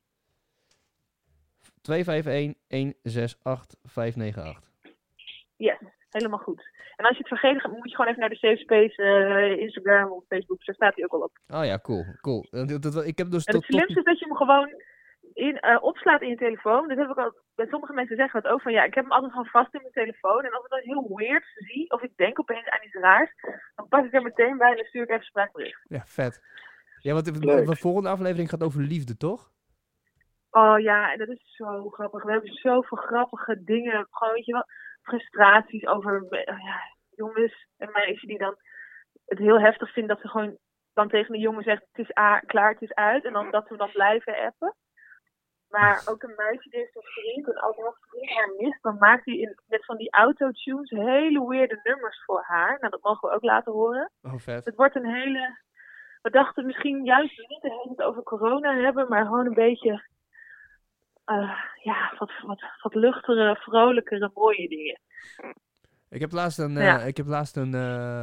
251-168-598.
Yes, helemaal goed. En als je het vergeet, moet je gewoon even naar de Safe Space Instagram of Facebook. Daar staat hij ook al op.
Oh ja, cool. Ik heb dus
en het slimste is dat je hem gewoon opslaat in je telefoon. Dat heb ik al, bij sommige mensen zeggen dat ook van ik heb hem altijd gewoon vast in mijn telefoon. En als ik dat heel weird zie, of ik denk opeens aan iets raars, dan pak ik er meteen bij en dan stuur ik even spraakbericht.
Ja, vet. Ja, want de volgende aflevering gaat over liefde, toch?
Oh ja, en dat is zo grappig. We hebben zoveel grappige dingen. Gewoon, weet je wel, frustraties over jongens en meisjes die dan het heel heftig vinden dat ze gewoon dan tegen de jongen zegt, het is klaar, het is uit. En dan dat we dan blijven appen. Maar ook een meisje die heeft een vriend en als een vriend haar mist, dan maakt hij met van die autotunes hele weirde nummers voor haar. Nou, dat mogen we ook laten horen.
Oh, vet.
Het wordt een hele... We dachten misschien juist niet de hele tijd over corona hebben, maar gewoon een beetje... wat luchtere, vrolijkere, mooie dingen.
Ik heb laatst een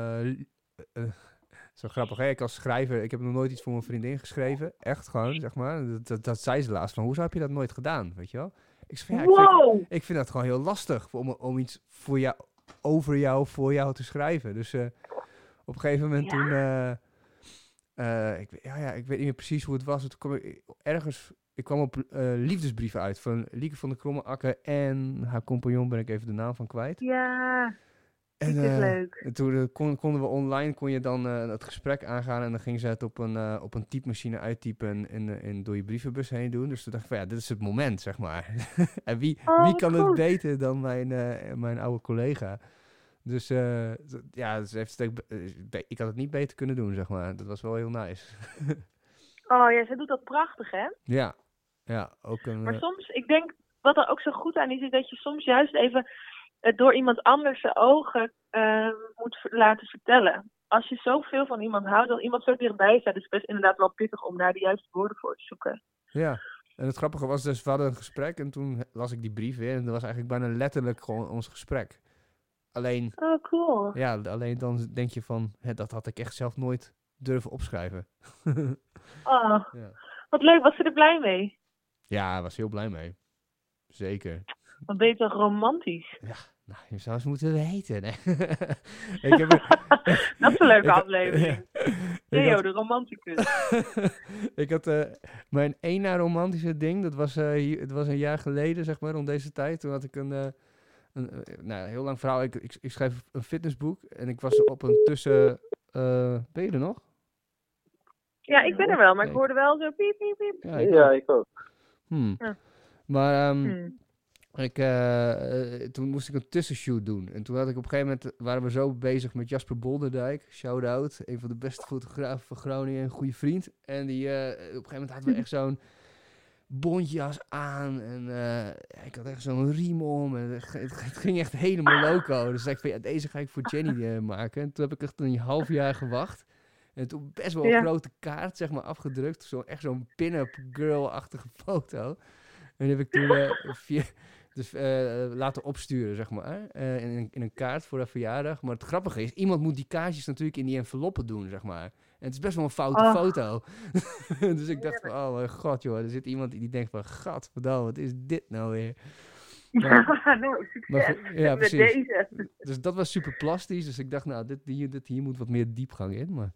zo grappig, hè? Ik als schrijver, ik heb nog nooit iets voor mijn vriendin geschreven. Echt gewoon, zeg maar. Dat zei ze laatst van, hoezo heb je dat nooit gedaan, weet je wel? Ik zei van, ik vind dat gewoon heel lastig om iets voor jou, over jou, voor jou te schrijven. Dus op een gegeven moment toen... ik weet niet meer precies hoe het was. Toen kwam ik kwam op liefdesbrieven uit van Lieke van der Kromme-Akker en haar compagnon, ben ik even de naam van kwijt.
Ja, dat is leuk.
En toen konden we online, kon je dan het gesprek aangaan en dan ging ze het op een typemachine uittypen en door je brievenbus heen doen. Dus toen dacht ik van dit is het moment, zeg maar. En wie kan het beter dan mijn oude collega? Dus dus ik had het niet beter kunnen doen, zeg maar. Dat was wel heel nice.
Oh ja, ze doet dat prachtig, hè?
Ja, ook een...
Maar soms, ik denk, wat er ook zo goed aan is dat je soms juist even door iemand anders zijn ogen moet laten vertellen. Als je zoveel van iemand houdt, dat iemand zo dichtbij staat, is het best inderdaad wel pittig om daar de juiste woorden voor te zoeken.
Ja, en het grappige was dus, we hadden een gesprek en toen las ik die brief weer en dat was eigenlijk bijna letterlijk gewoon ons gesprek. Alleen...
Oh, cool.
Ja, alleen dan denk je van, dat had ik echt zelf nooit durven opschrijven.
Oh, wat leuk. Was ze er blij mee?
Ja, hij was heel blij mee. Zeker.
Wat ben je toch romantisch?
Ja, nou, je zou eens moeten weten. Hè?
Dat is een leuke aflevering. Theo, de romanticus.
Ik had mijn één na romantische ding, dat was, het was een jaar geleden, zeg maar, rond deze tijd. Toen had ik een heel lang verhaal. Ik schreef een fitnessboek en ik was op een tussen... ben je er nog?
Ja, ik ben er wel, maar ik hoorde wel zo piep, piep, piep.
Ja, ik ook.
Ja. Maar Toen moest ik een tussenshoot doen. En toen had ik op een gegeven moment... waren we zo bezig met Jasper Bolderdijk. Shout-out. Een van de beste fotografen van Groningen. Een goede vriend. En die, op een gegeven moment hadden we echt zo'n bontjas aan. En ik had echt zo'n riem om. En het ging echt helemaal loco. Dus zei ik van, ja, deze ga ik voor Jenny maken. En toen heb ik echt een half jaar gewacht. En toen best wel een grote kaart, zeg maar, afgedrukt. Echt zo'n pin-up girl-achtige foto. En die heb ik toen laten opsturen, zeg maar. In een kaart voor haar verjaardag. Maar het grappige is, iemand moet die kaartjes natuurlijk in die enveloppen doen, zeg maar. En het is best wel een foute foto. Dus ik dacht van, oh mijn god, joh. Er zit iemand die denkt van, gadverdamme, wat is dit nou weer?
Nou, succes
Ja,
met
precies.
deze.
Dus dat was super plastisch. Dus ik dacht, nou, hier moet wat meer diepgang in. Maar,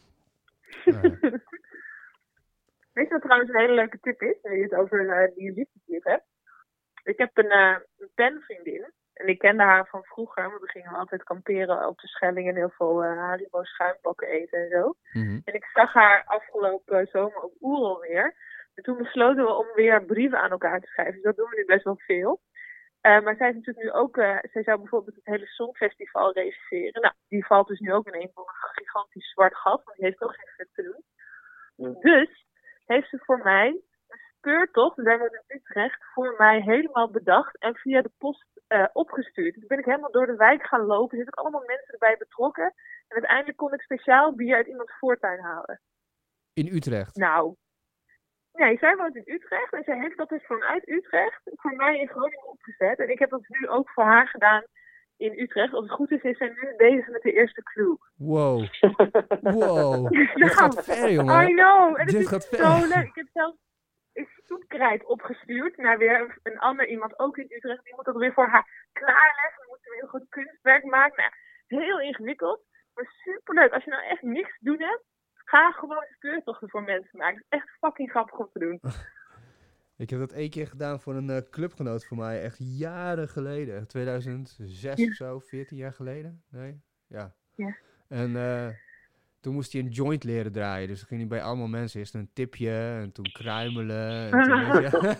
Weet je wat trouwens een hele leuke tip is? Nu je het over die liefdesbrief hebt. Ik heb een penvriendin. En ik kende haar van vroeger. Want we gingen altijd kamperen op de Schelling en heel veel Haribo schuimpakken eten en zo.
Mhm.
En ik zag haar afgelopen zomer op Oerol weer. En toen besloten we om weer brieven aan elkaar te schrijven. Dus dat doen we nu best wel veel. Maar zij is natuurlijk nu ook... zij zou bijvoorbeeld het hele Songfestival reserveren. Nou, die valt dus nu ook in een van een gigantisch zwart gat. Want die heeft ook geen vet te doen. Dus heeft ze voor mij een speurtocht, wij wonen in Utrecht, voor mij helemaal bedacht en via de post opgestuurd. Dus ben ik helemaal door de wijk gaan lopen. Er zitten allemaal mensen erbij betrokken. En uiteindelijk kon ik speciaal bier uit iemands voortuin halen.
In Utrecht?
Nou, nee, zij woont in Utrecht en zij heeft dat dus vanuit Utrecht voor mij in Groningen opgezet. En ik heb dat nu ook voor haar gedaan in Utrecht. Als het goed is zij nu bezig met de eerste clue.
Wow. Wow. Dit gaat ver, jongen.
I know. En het
Dit
is
gaat ver.
zo leuk. Ik heb zelfs een zoetkrijt opgestuurd naar weer een ander iemand, ook in Utrecht. Die moet dat weer voor haar klaarleggen. Dan moet ze weer een goed kunstwerk maken. Nou, heel ingewikkeld, maar superleuk. Als je nou echt niks te doen hebt, ga gewoon speurtochten voor mensen maken. Het is echt fucking grappig om te doen.
Ik heb dat 1 keer gedaan voor een clubgenoot van mij, echt jaren geleden. 2006 of zo, 14 jaar geleden. Nee? Ja. En toen moest hij een joint leren draaien. Dus toen ging hij bij allemaal mensen eerst een tipje en toen kruimelen. En toen, weet je.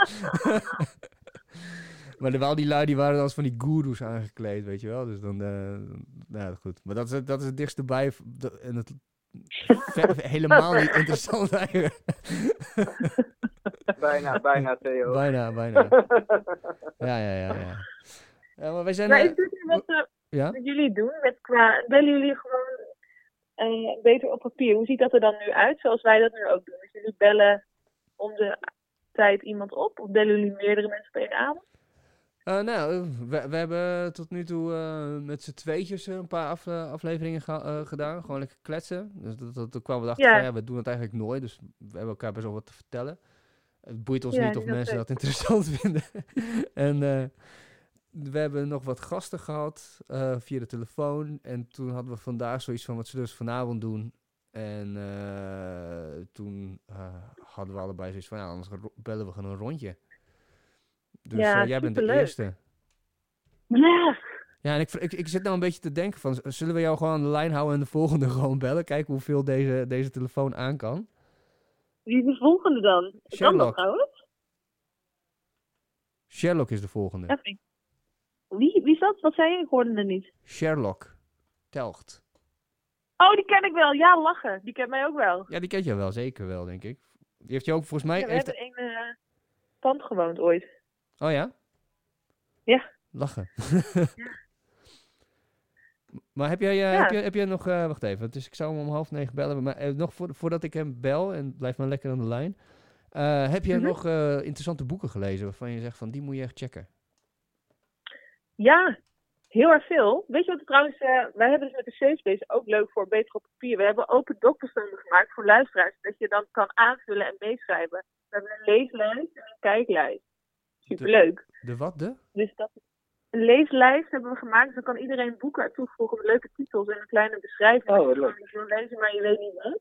Maar al die lui die waren als van die goeroes aangekleed, weet je wel. Dus dan, nou goed. Maar dat is het dichtst erbij. En het helemaal niet interessant eigenlijk.
Bijna, Theo.
Bijna. Ja. Ja, maar wij zijn...
Maar is dit nu wat jullie doen? Bellen jullie gewoon beter op papier? Hoe ziet dat er dan nu uit, zoals wij dat nu ook doen? Dus jullie bellen om de tijd iemand op? Of bellen jullie meerdere mensen op één avond?
Nou, we hebben tot nu toe met z'n tweetjes een paar afleveringen gedaan. Gewoon lekker kletsen. Dus toen kwamen we achter van, ja, we doen het eigenlijk nooit. Dus we hebben elkaar best wel wat te vertellen. Het boeit ons niet of mensen dat interessant vinden. En we hebben nog wat gasten gehad via de telefoon. En toen hadden we vandaag zoiets van, wat zullen we dus vanavond doen? En toen hadden we allebei zoiets van, ja, anders bellen we gewoon een rondje. Dus jij bent de eerste.
Ja.
Ja, en ik zit nou een beetje te denken van, zullen we jou gewoon aan de lijn houden en de volgende gewoon bellen? Kijken hoeveel deze telefoon aan kan.
Wie is de volgende dan?
Sherlock.
Kan dat trouwens?
Sherlock is de volgende.
Wie is dat? Wat zei je? Ik hoorde het niet.
Sherlock. Telgt.
Oh, die ken ik wel. Ja, lachen. Die kent mij ook wel.
Ja, die kent je wel. Zeker wel, denk ik. Die heeft je ook volgens mij...
Ja, we hebben in een pand gewoond ooit.
Oh ja?
Ja.
Lachen. Ja. Maar heb jij nog... wacht even. Dus ik zou hem om 8:30 bellen. Maar nog voordat ik hem bel, en blijf maar lekker aan de lijn. Heb jij nog interessante boeken gelezen waarvan je zegt van, die moet je echt checken?
Ja, heel erg veel. Weet je wat trouwens... wij hebben dus met de Safe Space ook leuk voor Beter op Papier. We hebben open dokbestanden gemaakt voor luisteraars. Dat je dan kan aanvullen en meeschrijven. We hebben een leeslijst en een kijklijst. Superleuk.
De wat?
Dus dat een leeslijst hebben we gemaakt. Dus dan kan iedereen boeken toevoegen met leuke titels en een kleine beschrijving.
Oh, leuk.
Je wil lezen, maar je weet niet wat.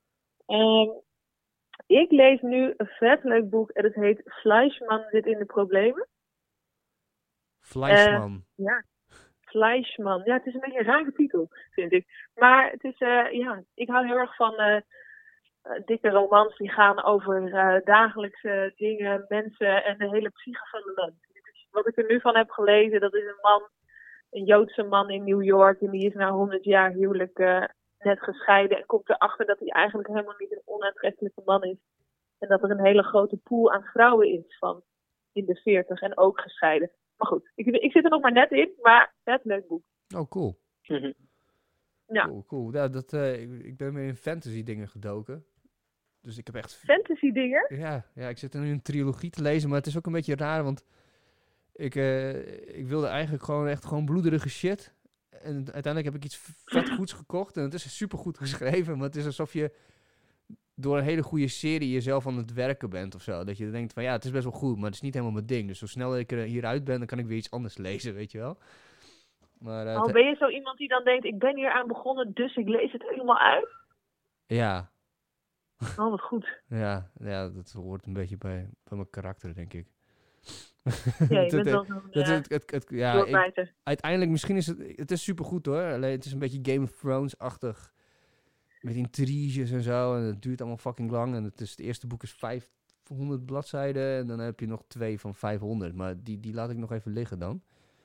Ik lees nu een vet leuk boek en het heet Fleischman zit in de problemen.
Fleischman?
Ja, Fleischman. Ja, het is een beetje een rare titel, vind ik. Maar het is, ik hou heel erg van dikke romans die gaan over dagelijkse dingen, mensen en de hele psyche van de mens. Dit is wat ik er nu van heb gelezen, dat is een Joodse man in New York. En die is na 100 jaar huwelijk net gescheiden. En komt erachter dat hij eigenlijk helemaal niet een onaantrekkelijke man is. En dat er een hele grote pool aan vrouwen is van in de 40 en ook gescheiden. Maar goed, ik zit er nog maar net in, maar het leuk boek.
Oh, cool.
Ja.
Cool. Ja, ik ben weer in fantasy dingen gedoken. Dus ik heb echt...
Fantasy dingen?
Ja, ik zit er nu een trilogie te lezen, maar het is ook een beetje raar, want ik wilde eigenlijk gewoon bloederige shit. En uiteindelijk heb ik iets vet goeds gekocht en het is super goed geschreven, maar het is alsof je door een hele goede serie jezelf aan het werken bent of zo. Dat je denkt van ja, het is best wel goed, maar het is niet helemaal mijn ding. Dus zo snel ik er hieruit ben, dan kan ik weer iets anders lezen, weet je wel. Maar,
ben je zo iemand die dan denkt, ik ben hier aan begonnen, dus ik lees het helemaal uit?
Ja.
Oh, wat goed.
Ja, dat hoort een beetje bij mijn karakter, denk ik.
Ja, je bent wel zo'n
uiteindelijk, misschien is het is supergoed hoor. Alleen het is een beetje Game of Thrones-achtig. Met intriges en zo. En het duurt allemaal fucking lang. En het eerste boek is 500 bladzijden. En dan heb je nog 2 van 500. Maar die laat ik nog even liggen dan.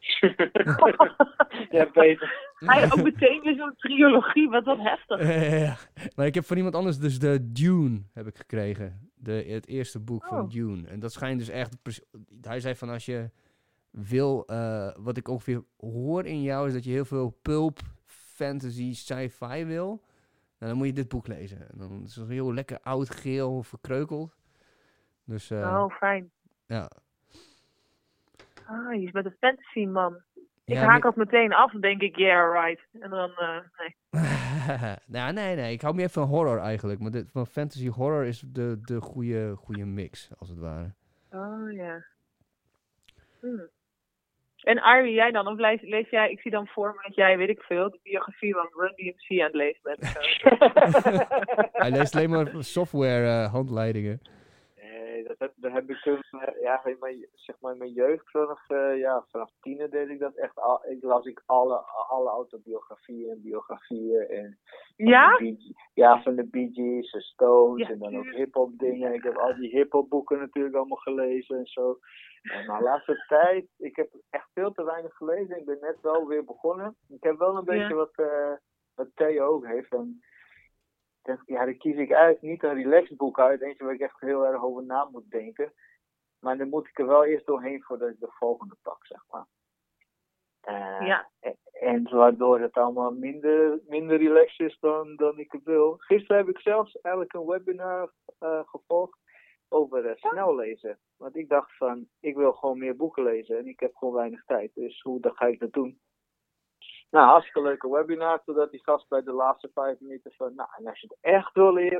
Ja, beter.
Hij ook meteen weer zo'n trilogie, wat heftig.
Ja. Maar ik heb van iemand anders dus de Dune heb ik gekregen. Het eerste boek van Dune. En dat schijnt dus echt... Hij zei van als je wil... wat ik ongeveer hoor in jou is dat je heel veel pulp, fantasy, sci-fi wil. Nou, dan moet je dit boek lezen. En dan is het heel lekker oud, geel, verkreukeld. Dus,
fijn.
Ja.
Je bent een fantasy man. Ik haak ook meteen af en denk ik, yeah, right. En dan, nee.
Nee. Ik hou meer van horror eigenlijk. Maar van fantasy horror is de goede mix, als het ware.
Oh, ja. En Ari, jij dan? Of lees jij, ik zie dan voor me dat jij, weet ik veel, de biografie van Run DMC aan het lezen bent.
Hij leest alleen maar software handleidingen.
Dat heb ik toen, in mijn jeugd, vanaf tiener deed ik dat echt. Las ik alle autobiografieën en biografieën. En van de Bee Gees, de Stones en dan ook hip-hop dingen. Ik heb al die hip-hop boeken natuurlijk allemaal gelezen en zo. En de laatste tijd, ik heb echt veel te weinig gelezen. Ik ben net wel weer begonnen. Ik heb wel een beetje wat Theo ook heeft. Dan kies ik eigenlijk niet een relaxed boek uit. Eentje waar ik echt heel erg over na moet denken. Maar dan moet ik er wel eerst doorheen voordat ik de volgende pak, zeg maar. En waardoor het allemaal minder relaxed is dan ik het wil. Gisteren heb ik zelfs eigenlijk een webinar gevolgd over snel lezen. Want ik dacht van, ik wil gewoon meer boeken lezen. En ik heb gewoon weinig tijd. Dus hoe ga ik dat doen? Nou, hartstikke leuke webinar, totdat die gast bij de laatste 5 minuten van, en als je het echt wil leren,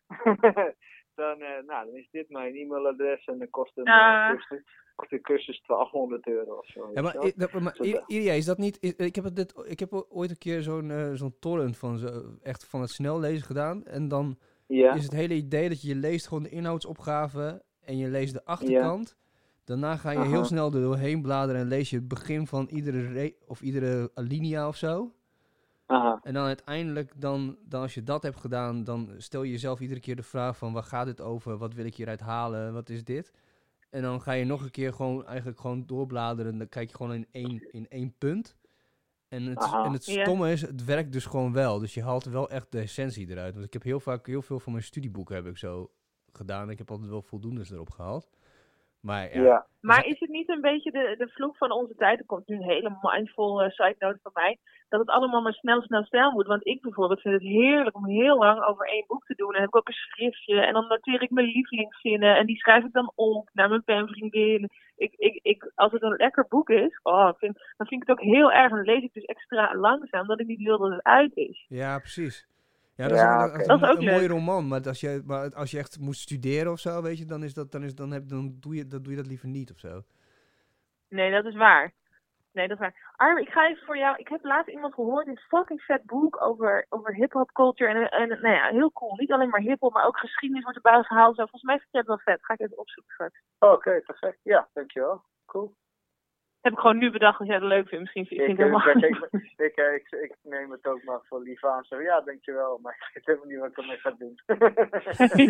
dan is dit mijn e-mailadres en dan kost de cursus €1200 of zo.
Ja, maar Iria, is dat niet, ik heb ooit een keer zo'n torrent van het snel lezen gedaan en dan is het hele idee dat je leest gewoon de inhoudsopgave en je leest de achterkant. Daarna ga je heel snel er doorheen bladeren en lees je het begin van iedere alinea of zo. En dan uiteindelijk, dan als je dat hebt gedaan, dan stel je jezelf iedere keer de vraag van waar gaat dit over? Wat wil ik hieruit halen? Wat is dit? En dan ga je nog een keer gewoon doorbladeren. Dan kijk je gewoon in één punt. En het stomme is, het werkt dus gewoon wel. Dus je haalt wel echt de essentie eruit. Want ik heb heel veel van mijn studieboeken heb ik zo gedaan. Ik heb altijd wel voldoendes erop gehaald. Maar,
maar is het niet een beetje de vloek van onze tijd? Er komt nu een hele mindful side note van mij. Dat het allemaal maar snel moet. Want ik bijvoorbeeld vind het heerlijk om heel lang over 1 boek te doen. Dan heb ik ook een schriftje. En dan noteer ik mijn lievelingszinnen. En die schrijf ik dan op naar mijn penvriendin. Als het een lekker boek is, dan vind ik het ook heel erg. En dan lees ik dus extra langzaam. Omdat ik niet wil dat het uit is.
Ja, precies. Ja,
dat is ook
een mooie roman, maar als je echt moet studeren of zo, weet je, dan doe je dat liever niet of zo.
Nee, dat is waar. Arm, ik ga even voor jou. Ik heb laatst iemand gehoord, een fucking vet boek over hip-hop culture. En heel cool. Niet alleen maar hip-hop, maar ook geschiedenis wordt erbij gehaald. Zo. Volgens mij vind ik het wel vet. Ga ik even opzoeken straks.
Oké, perfect. Ja, dankjewel. Cool.
Heb ik gewoon nu bedacht als jij het leuk vindt. Misschien vind ik het helemaal...
Ik neem het ook maar voor lief aan. Zo, ja, dankjewel. Maar ik weet helemaal niet wat ik ermee ga doen.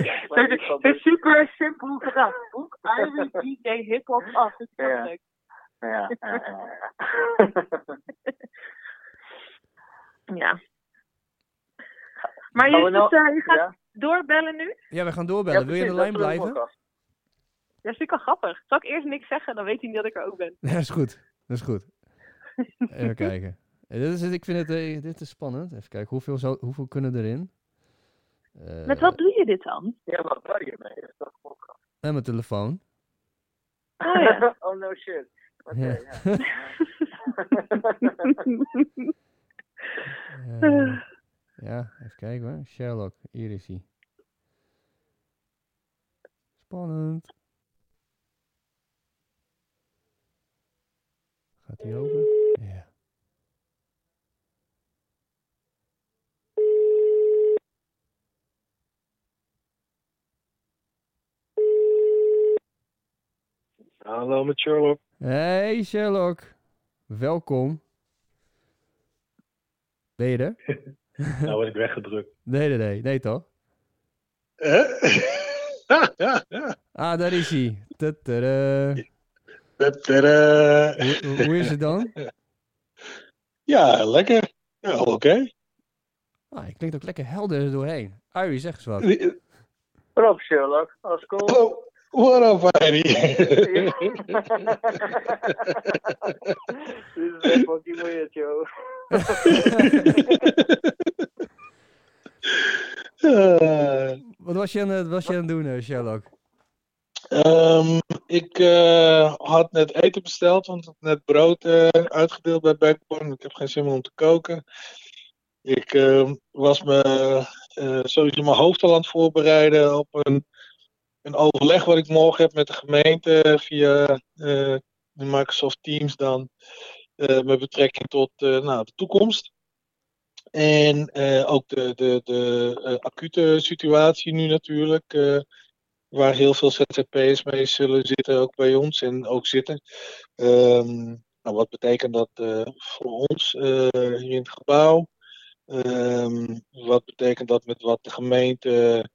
Het is super simpel gedacht. Boek, Ivy, DJ, hip-hop. Dat is leuk. Ja. Maar
Gaan we
je,
nou-
je gaat
Ja,
doorbellen nu?
Ja, we gaan doorbellen. Wil je
precies,
aan de lijn
dat is een
blijven?
podcast.
Ja, dat vind ik wel grappig. Zal ik eerst niks zeggen, dan weet hij niet dat ik er ook ben.
Ja, is goed. Dat is goed. Even kijken. Ik vind het dit is spannend. Even kijken, hoeveel kunnen erin?
Met wat doe je dit dan?
Ja, wat bel je mee? Is dat podcast?
En mijn telefoon.
Oh ja.
Oh no shit. Oké,
Ja.
ja.
Ja, even kijken hoor. Sherlock, hier is hij. Spannend. Gaat hij over? Ja.
Hallo met Sherlock.
Hey Sherlock. Welkom. Ben je er?
Nou word ik weggedrukt.
Nee toch? Ah, daar is hij. Tadaa.
Tadaa.
Hoe is het dan?
Ja, lekker. Ja, oké.
Ah, je klinkt ook lekker helder er doorheen. Ui, zeg eens wat.
Rob Sherlock, alles cool?
Oh, what up, Heidi?
Dit is echt fucking weird, joh.
Wat was je aan het doen, Sherlock?
Ik had net eten besteld, want ik had net brood uitgedeeld bij Backbone. Ik heb geen zin meer om te koken. Ik was sowieso mijn hoofd al aan het voorbereiden op een overleg wat ik morgen heb met de gemeente via Microsoft Teams dan. Met betrekking tot de toekomst. En ook de acute situatie nu natuurlijk. Waar heel veel ZZP'ers mee zullen zitten, ook bij ons en ook zitten. Wat betekent dat voor ons hier in het gebouw? Wat betekent dat met wat de gemeente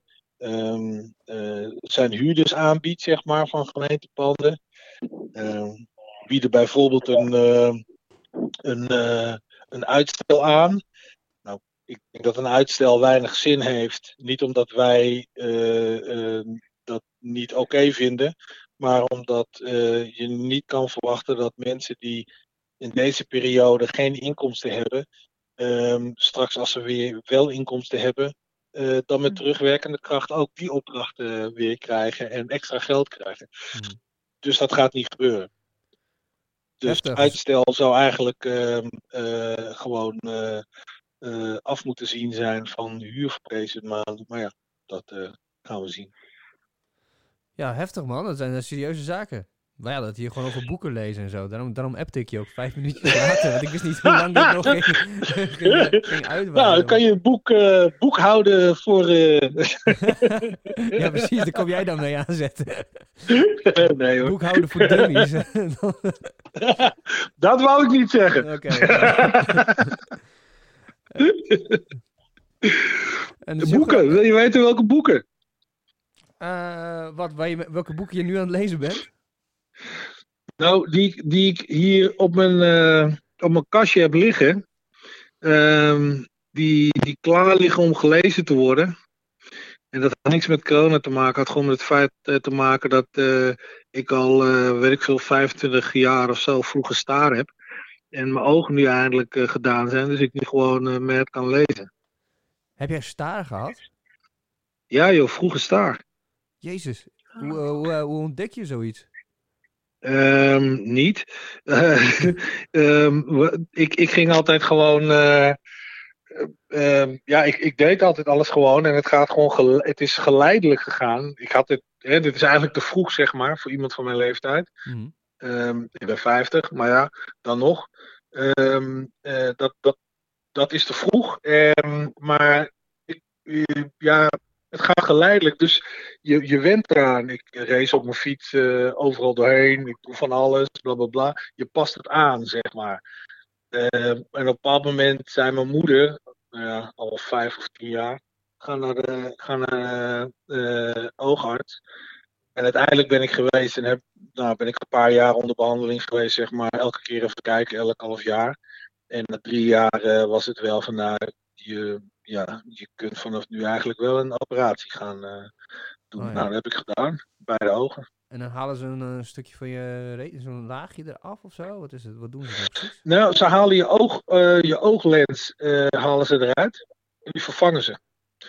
zijn huurders aanbiedt, zeg maar, van gemeentepanden? Bieden bijvoorbeeld een uitstel aan. Nou, ik denk dat een uitstel weinig zin heeft. Niet omdat wij dat niet oké vinden, maar omdat je niet kan verwachten dat mensen die in deze periode geen inkomsten hebben, straks als ze weer wel inkomsten hebben, dan met terugwerkende kracht ook die opdrachten weer krijgen en extra geld krijgen. Dus dat gaat niet gebeuren. Dus
Heftig.
uitstel zou eigenlijk gewoon af moeten zien zijn van huur voor deze maand. Maar ja, dat gaan we zien.
Ja, heftig man. Dat zijn serieuze zaken. Maar ja, dat hier gewoon over boeken lezen en zo. Daarom appte ik je ook 5 minuutjes later. Want ik wist niet hoe lang dit nog ging uitwaaien.
Nou, dan kan je een boek houden voor...
Ja, precies. Daar kom jij dan mee aanzetten.
Nee hoor.
Boekhouden voor dummies.
Dat wou ik niet zeggen.
Oké. En
De boeken, wil je weten welke boeken?
Welke boeken je nu aan het lezen bent?
Nou, die ik hier op mijn kastje heb liggen. Die klaar liggen om gelezen te worden. En dat had niks met corona te maken. Het had gewoon met het feit te maken dat ik al, weet ik veel, 25 jaar of zo vroeg staar heb. En mijn ogen nu eindelijk gedaan zijn. Dus ik nu gewoon met kan lezen.
Heb jij staar gehad?
Ja joh, vroege staar.
Jezus, hoe ontdek je zoiets?
Niet. Ik ging altijd gewoon. Ik deed altijd alles gewoon en het gaat gewoon. Het is geleidelijk gegaan. Dit is eigenlijk te vroeg, zeg maar, voor iemand van mijn leeftijd. Ik ben 50, maar ja, dan nog. Dat is te vroeg. Maar het gaat geleidelijk, dus je went eraan. Ik race op mijn fiets overal doorheen, ik doe van alles, bla bla bla. Je past het aan, zeg maar. En op een bepaald moment zei mijn moeder, al 5 of 10 jaar, ga naar de oogarts. En uiteindelijk ben ik geweest en ben ik een paar jaar onder behandeling geweest, zeg maar. Elke keer even kijken, elk half jaar. En na 3 jaar was het wel van, nou, je kunt vanaf nu eigenlijk wel een operatie gaan doen.
Oh, ja.
Nou, dat heb ik gedaan, bij de ogen.
En dan halen ze een stukje van zo'n laagje eraf of zo? Wat is het? Wat doen ze dan precies?
Nou, ze halen je ooglens halen ze eruit en die vervangen ze.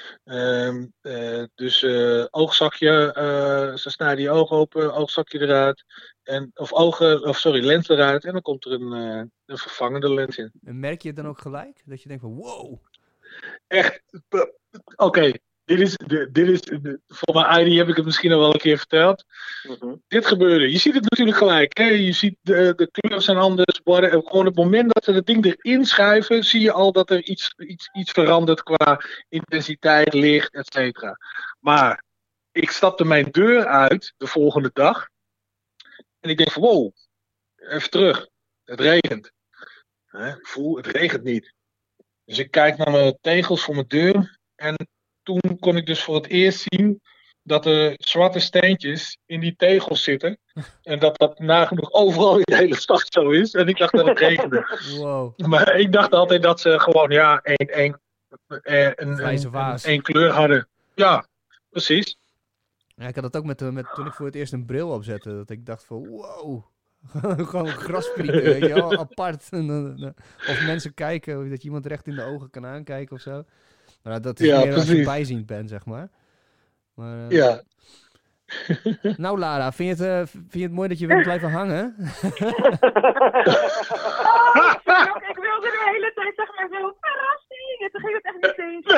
Dus oogzakje, ze snijden je oog open, oogzakje eruit. Lens eruit en dan komt er een vervangende lens in.
En merk je het dan ook gelijk? Dat je denkt van wow.
Echt, oké. Dit is, voor mijn ID heb ik het misschien al wel een keer verteld. Dit gebeurde. Je ziet het natuurlijk gelijk. Hè? Je ziet de kleuren zijn anders. Gewoon op het moment dat ze het ding erin schuiven, zie je al dat er iets verandert qua intensiteit, licht, et cetera. Maar ik stapte mijn deur uit de volgende dag. En ik denk van wow, even terug. Het regent. Ik voel, het regent niet. Dus ik kijk naar mijn tegels voor mijn deur. En toen kon ik dus voor het eerst zien dat er zwarte steentjes in die tegels zitten. En dat nagenoeg overal in de hele stad zo is. En ik dacht dat het regende.
Wow.
Maar ik dacht altijd dat ze gewoon één kleur hadden. Ja, precies.
Ja, ik had het ook toen ik voor het eerst een bril opzette. Dat ik dacht van wow. Gewoon grasprieten, weet je wel, apart. Of mensen kijken, dat je iemand recht in de ogen kan aankijken of zo. Maar dat is meer
precies.
als je bijziend bent, zeg maar.
Ja.
Nou Lara, vind je het mooi dat je wilt blijven hangen?
Ik wilde de hele tijd zeg maar zo, verrassing! En toen ging het echt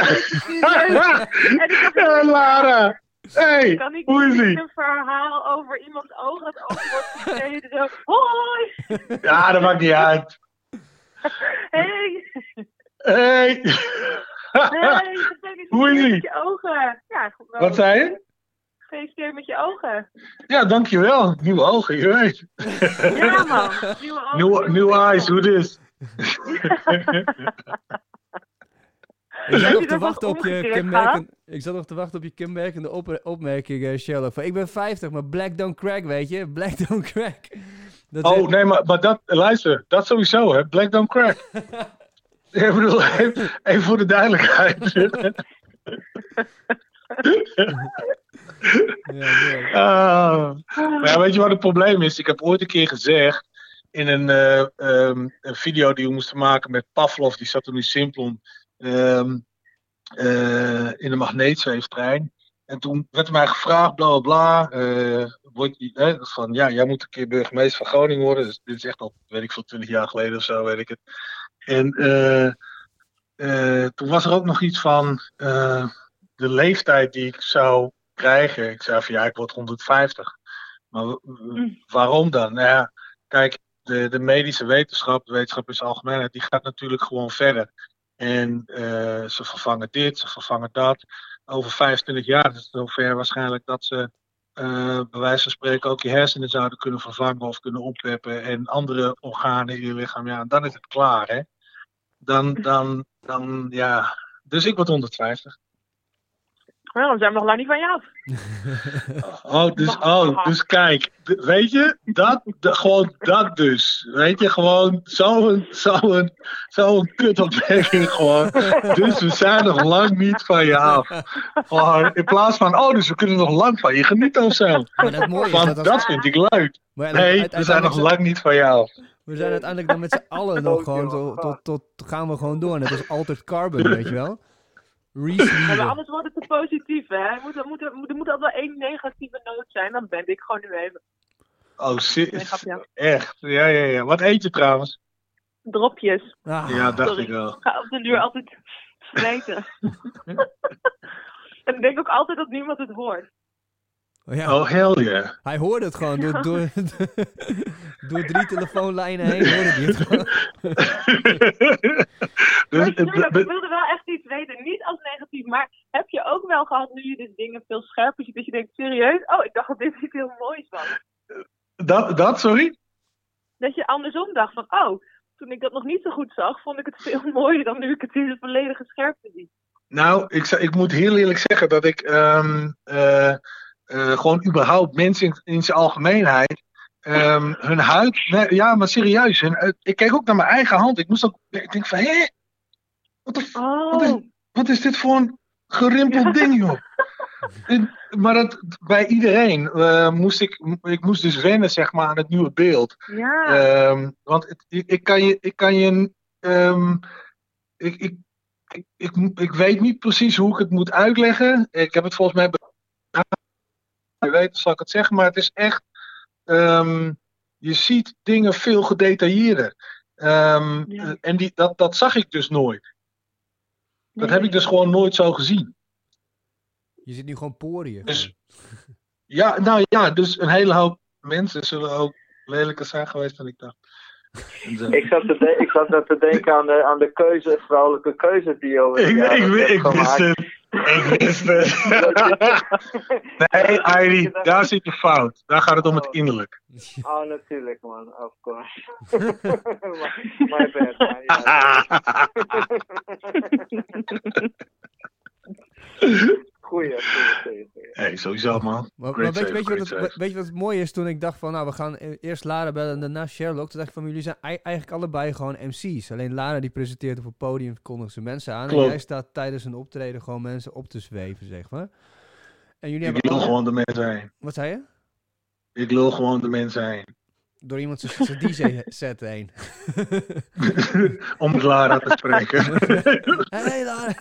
niet eens.
Lara! Hey,
kan ik
hoe is
niet
ie?
een verhaal over iemands oog dat oog wordt gesneden. Zo, hoi!
Ja, dat maakt niet uit.
Hey!
Hey! Hoe is
Gefeliciteerd
ie?
met je ogen. Ja, goed.
Wat zei je?
Gefeliciteerd met je ogen.
Ja, dankjewel. Nieuwe ogen, je weet.
Ja man, nieuwe ogen.
New eyes, hoe dit?
Ik zat
Heb
nog
je
te
dat
wachten
wat
op je
omgekeerd
kenmerkende opmerking, Sherlock. Van, ik ben 50, maar black don't crack, weet je? Black don't crack.
Nee, maar dat, luister, dat sowieso, hè. Black don't crack. Ik bedoel, even voor de duidelijkheid. Maar ja, weet je wat het probleem is? Ik heb ooit een keer gezegd in een video die we moesten maken met Pavlov, die zat toen in Simplon, in de magneetzweeftrein. En toen werd mij gevraagd, bla bla bla, van ja, jij moet een keer burgemeester van Groningen worden. Dus dit is echt al, weet ik veel, 20 jaar geleden of zo, weet ik het. En toen was er ook nog iets van de leeftijd die ik zou krijgen. Ik zei van ja, ik word 150. Maar waarom dan? Nou ja, kijk, de medische wetenschap, de wetenschap in zijn algemeenheid, die gaat natuurlijk gewoon verder. En ze vervangen dit, ze vervangen dat. Over 25 jaar is het zover waarschijnlijk dat ze bij wijze van spreken ook je hersenen zouden kunnen vervangen of kunnen oppeppen en andere organen in je lichaam. Ja, dan is het klaar, hè. Dan ja. Dus ik word 150.
Nou, dan zijn we nog lang niet van je af.
Dus kijk, weet je, gewoon dat dus. Weet je, gewoon zo'n kutopmerking gewoon. Dus we zijn nog lang niet van je af. Gewoon, in plaats van, dus we kunnen nog lang van je genieten of zo.
Maar dat mooie is
Want dat vind ik leuk. Nee, we zijn nog lang niet van je af.
We zijn uiteindelijk dan met z'n allen nog gewoon tot gaan we gewoon door. Net als Altered Carbon, weet je wel.
Maar anders wordt het te positief, hè? Er moet altijd wel één negatieve noot zijn, dan ben ik gewoon nu even.
Oh, echt? Ja. Wat eet je trouwens?
Dropjes.
Ja, dacht ik wel.
Ik ga op de duur altijd vreten. En ik denk ook altijd dat niemand het hoort.
Oh, hell yeah.
Hij hoorde het gewoon door 3 telefoonlijnen heen hoorde hij het gewoon.
Ik wilde wel echt iets weten, niet als negatief, maar heb je ook wel gehad nu je dus dingen veel scherper ziet, dat je denkt, serieus? Oh, ik dacht dat dit iets heel moois was.
Dat, sorry?
Dat je andersom dacht van, toen ik dat nog niet zo goed zag, vond ik het veel mooier dan nu ik het in de volledige scherpte zie.
Nou, ik moet heel eerlijk zeggen dat ik gewoon überhaupt mensen in zijn algemeenheid, hun huid, nee, ja, maar serieus, ik keek ook naar mijn eigen hand, ik denk van, hé, wat is dit voor een gerimpeld ding, joh? Maar bij iedereen ik moest dus wennen, zeg maar, aan het nieuwe beeld.
Ja.
Want ik weet niet precies hoe ik het moet uitleggen. Ik heb het volgens mij zal ik het zeggen, maar het is echt, je ziet dingen veel gedetailleerder. En dat zag ik dus nooit. Dat heb ik dus gewoon nooit zo gezien.
Je ziet nu gewoon poriën.
Dus, ja, nou ja, dus een hele hoop mensen zullen ook lelijker zijn geweest dan ik dacht.
Ik zat net te denken aan de vrouwelijke keuze die je over de jaren hebt gemaakt.
Ik wist het. Nee, Airi, daar zit je fout. Daar gaat het om het innerlijk.
Oh, natuurlijk, man. Of course. My bad, man. Goeie.
Hey, sowieso, man.
Maar weet je wat het mooie is? Toen ik dacht van, nou, we gaan eerst Lara bellen en daarna Sherlock. Toen dacht ik van, jullie zijn eigenlijk allebei gewoon MC's. Alleen Lara die presenteert op het podium, kondigt ze mensen aan.
Klopt.
En jij staat tijdens een optreden gewoon mensen op te zweven, zeg maar. En jullie
Ik lul gewoon de mensen heen.
Wat zei je?
Ik lul gewoon de mensen heen.
Door iemand zijn DJ-set heen.
Om met Lara te spreken.
Hey Lara!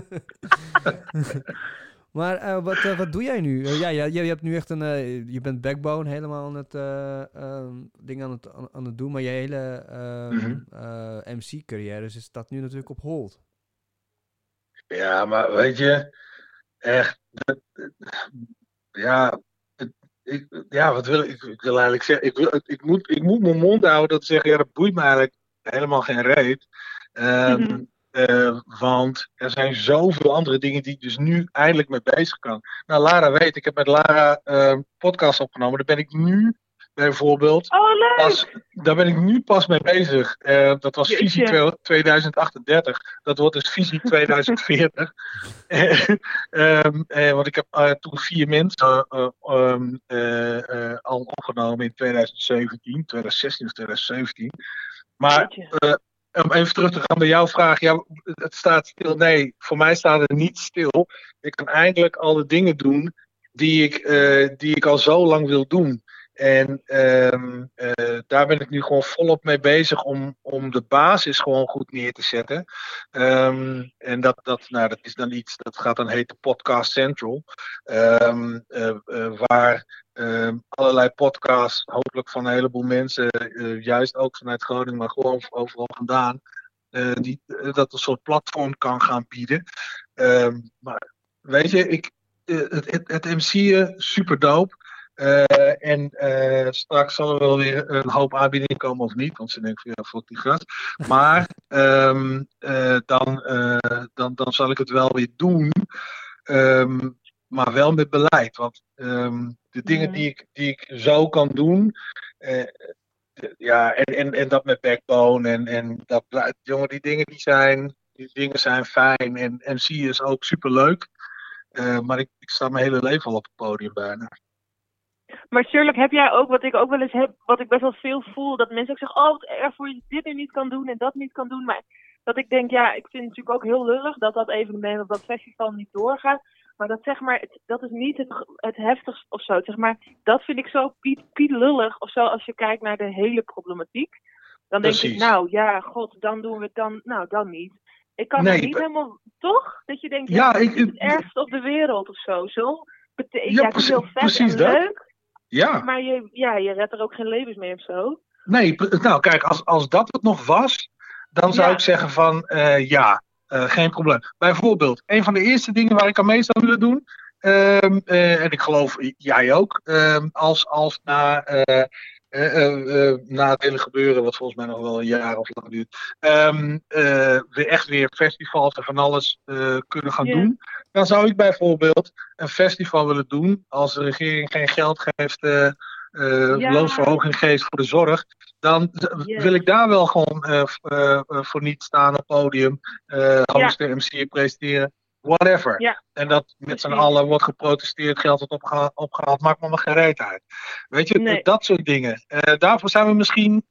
Maar wat doe jij nu? Je hebt nu echt je bent Backbone helemaal aan het ding aan het doen, maar je hele MC-carrière staat nu natuurlijk op hold.
Ja, maar weet je, echt, wat wil ik? Ik wil eigenlijk zeggen, ik moet mijn mond houden dat zeggen, ja, dat boeit me eigenlijk helemaal geen reet. Want er zijn zoveel andere dingen die ik dus nu eindelijk mee bezig kan. Nou, Lara weet, ik heb met Lara podcast opgenomen. Daar ben ik nu bijvoorbeeld.
Oh, leuk!
Daar ben ik nu pas mee bezig. Dat was Visie 2038. Dat wordt dus Visie 2040. Want ik heb toen 4 mensen al opgenomen in 2016 of 2017. Maar om even terug te gaan bij jouw vraag. Ja, het staat stil. Nee, voor mij staat het niet stil. Ik kan eindelijk alle dingen doen die ik al zo lang wil doen. En daar ben ik nu gewoon volop mee bezig om de basis gewoon goed neer te zetten. En dat is dan iets, dat gaat dan heten Podcast Central. Waar allerlei podcasts, hopelijk van een heleboel mensen, juist ook vanuit Groningen, maar gewoon overal vandaan, dat een soort platform kan gaan bieden. Maar weet je, het MC'en, super dope. Straks zal er wel weer een hoop aanbiedingen komen of niet, want ze denken van ja, fuck die gast. Maar dan zal ik het wel weer doen, maar wel met beleid. Want de dingen die ik zo kan doen, en dat met Backbone en dat, jongen, die dingen zijn fijn en MC is ook superleuk. Maar ik sta mijn hele leven al op het podium bijna.
Maar Sherlock, heb jij ook, wat ik ook wel eens heb, wat ik best wel veel voel, dat mensen ook zeggen, oh, wat erg voor je dit nu niet kan doen en dat niet kan doen. Maar dat ik denk, ja, ik vind het natuurlijk ook heel lullig dat evenement of dat festival niet doorgaat. Maar dat zeg maar, dat is niet het heftigste of zo. Zeg maar, dat vind ik zo lullig of zo als je kijkt naar de hele problematiek. Dan denk ik, nou ja, god, dan doen we het dan niet. Ik kan het niet helemaal, toch? Dat je denkt, ja, het is het ergste op de wereld of zo. Het is heel vet en leuk.
Ja.
Maar je redt er ook geen levens mee of zo.
Nee, nou kijk, als dat het nog was, dan zou ik zeggen van geen probleem. Bijvoorbeeld, een van de eerste dingen waar ik aan mee zou willen doen, en ik geloof jij ook, als na het hele gebeuren, wat volgens mij nog wel een jaar of lang duurt, we echt weer festivals en van alles kunnen gaan doen. Dan zou ik bijvoorbeeld een festival willen doen als de regering geen geld geeft, loonsverhoging geeft voor de zorg. Dan wil ik daar wel gewoon voor niet staan op podium, hosten, MC presenteren. whatever.
Ja,
En dat met z'n
precies.
allen wordt geprotesteerd, geld wordt opgehaald, maakt me maar geen reet uit. Weet je,
Nee.
dat soort dingen. Daarvoor zijn we misschien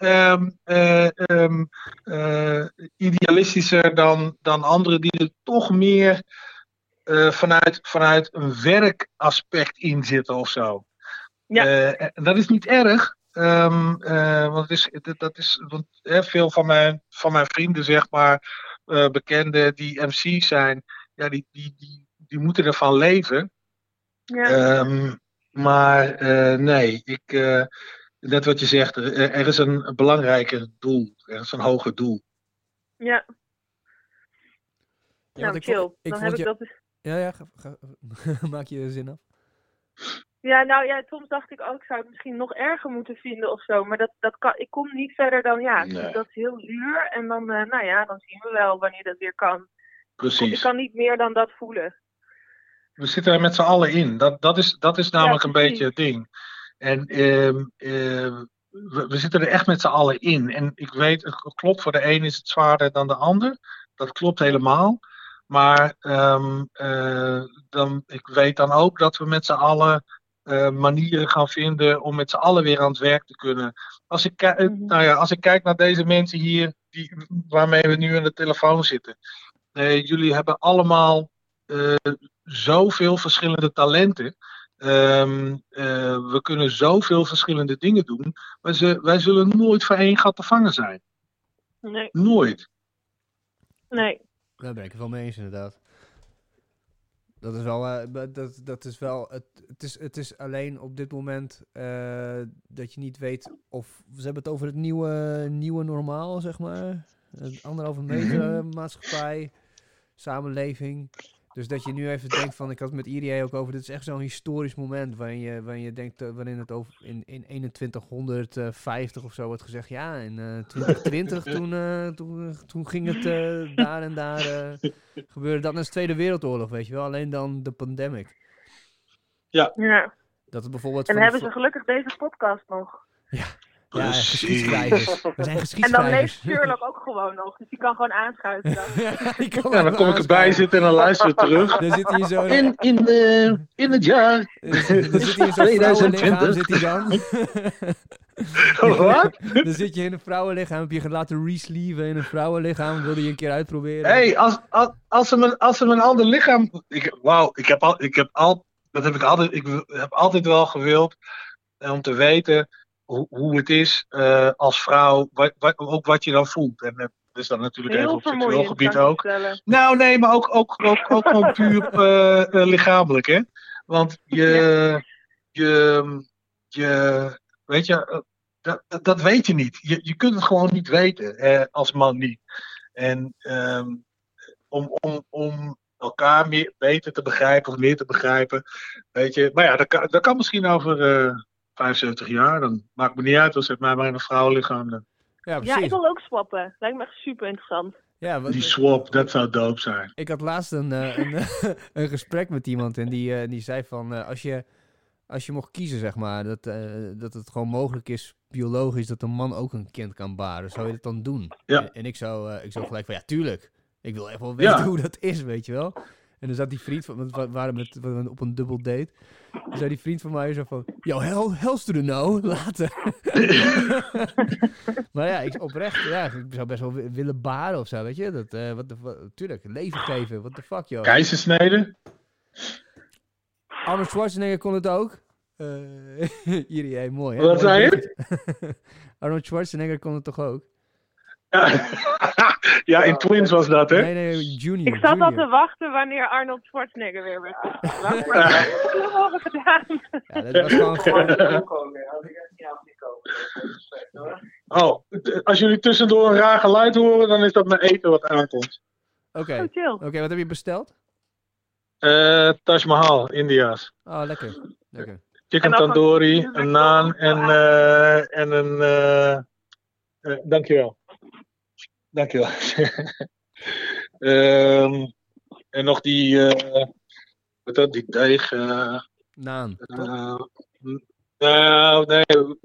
idealistischer dan anderen die er toch meer vanuit een werkaspect in zitten of zo.
Ja.
En dat is niet erg. Want veel van mijn vrienden, zeg maar, bekenden die MC's zijn, ja, die moeten ervan leven.
Ja.
Maar nee, net wat je zegt, er is een belangrijker doel. Er is een hoger doel.
Ja.
Ja,
Nou,
want
chill.
ik
Dan
vond
heb
je-
ik dat dus...
Ja, maak je zin af.
Ja, nou ja, soms dacht ik ook, ik zou het misschien nog erger moeten vinden of zo. Maar dat kan, ik kom niet verder dan,
Nee.
dat is heel duur. En dan, nou ja, dan zien we wel wanneer dat weer kan. Ik
Precies.
kan niet meer dan dat voelen.
We zitten er met z'n allen in. Dat is namelijk een
precies.
beetje het ding. En we zitten er echt met z'n allen in. En ik weet, het klopt, voor de een is het zwaarder dan de ander. Dat klopt helemaal. Maar ik weet dan ook dat we met z'n allen manieren gaan vinden om met z'n allen weer aan het werk te kunnen. Als ik kijk naar deze mensen hier, waarmee we nu aan de telefoon zitten. Jullie hebben allemaal zoveel verschillende talenten. We kunnen zoveel verschillende dingen doen. Maar wij zullen nooit voor één gat te vangen zijn.
Nee.
Nooit.
Nee.
Daar ben ik het wel mee eens, inderdaad. Dat is wel, dat is wel, het is alleen op dit moment dat je niet weet of, ze hebben het over het nieuwe normaal, zeg maar. Het 1,5 meter maatschappij, samenleving. Dus dat je nu even denkt van, ik had het met Irie ook over, dit is echt zo'n historisch moment waarin je denkt, waarin het over in 2150 of zo wordt gezegd, ja, in 2020 toen ging het daar en daar gebeurde dat in de Tweede Wereldoorlog, weet je wel, alleen dan de pandemic.
Ja.
Dat het bijvoorbeeld
En dan
van
hebben ze gelukkig deze podcast nog.
Ja,
Precies.
geschiedschrijvers. We zijn
En dan
geschiedschrijvers.
leeft Sherlock ook gewoon nog. Dus die kan gewoon aanschuiven dan.
Die kan
Ja, dan kom ik erbij zitten en dan luisteren we terug.
Dan zit hij zo...
In het jaar.
Dan zit hij in zo'n vrouwenlichaam, zit hij dan.
Wat?
Dan zit je in een vrouwenlichaam, heb je laten resleeven in een vrouwenlichaam, wilde je een keer uitproberen.
Hey, als ze mijn ander lichaam. Ik heb altijd wel gewild om te weten hoe het is als vrouw, ook wat je dan voelt. En dat is dan natuurlijk even
Heel
op seksueel
vermoeiend,
gebied
kan ik
ook.
je vertellen.
Nou, nee, maar ook gewoon puur lichamelijk, hè? Want je weet je, dat weet je niet. Je kunt het gewoon niet weten, als man niet. En om elkaar beter te begrijpen of meer te begrijpen, weet je. Maar ja, dat kan misschien over 75 jaar. Dan maakt me niet uit als het mij maar in een vrouwenlichaam.
Ja,
Ja,
precies.
ik wil ook swappen. Lijkt me echt super interessant.
Ja,
Die swap, dat zou dope zijn.
ik had laatst een gesprek met iemand en die zei van, als je mocht kiezen, zeg maar, dat het gewoon mogelijk is, biologisch, dat een man ook een kind kan baren. Zou je dat dan doen?
Ja.
En ik zou gelijk van, ja, tuurlijk. Ik wil echt wel weten
Ja.
hoe dat is, weet je wel. En dan zat die vriend van, want we waren op een dubbel date. Dan zei die vriend van mij zo van, yo, helst er nou, later. Maar ja, oprecht, ja, ik zou best wel willen baren of zo, weet je. Tuurlijk, leven geven, what the fuck, joh.
Keizersnede?
Arnold Schwarzenegger kon het ook. Iedereen, mooi, hè?
Wat
Mooi
zei je?
bruggetje. Arnold Schwarzenegger kon het toch ook?
Ja, in Twins was dat, hè?
Nee, Junior.
Ik zat al
Junior.
te wachten wanneer Arnold Schwarzenegger weer werd geslagen. Maar dat heb ik nog wel gedaan.
Ja, dat was gewoon...
Had ik echt niet afgekomen.
Oh, als jullie tussendoor een raar geluid horen, dan is dat mijn eten wat aankomt.
Oké,
Oh, chill.
wat heb je besteld?
Taj Mahal, India's.
Oh, lekker.
Chicken
En dan
tandoori,
gewoon-
een naan en een... dankjewel. Dankjewel. En nog die... wat dat, die deeg...
Naan.
nou, nee...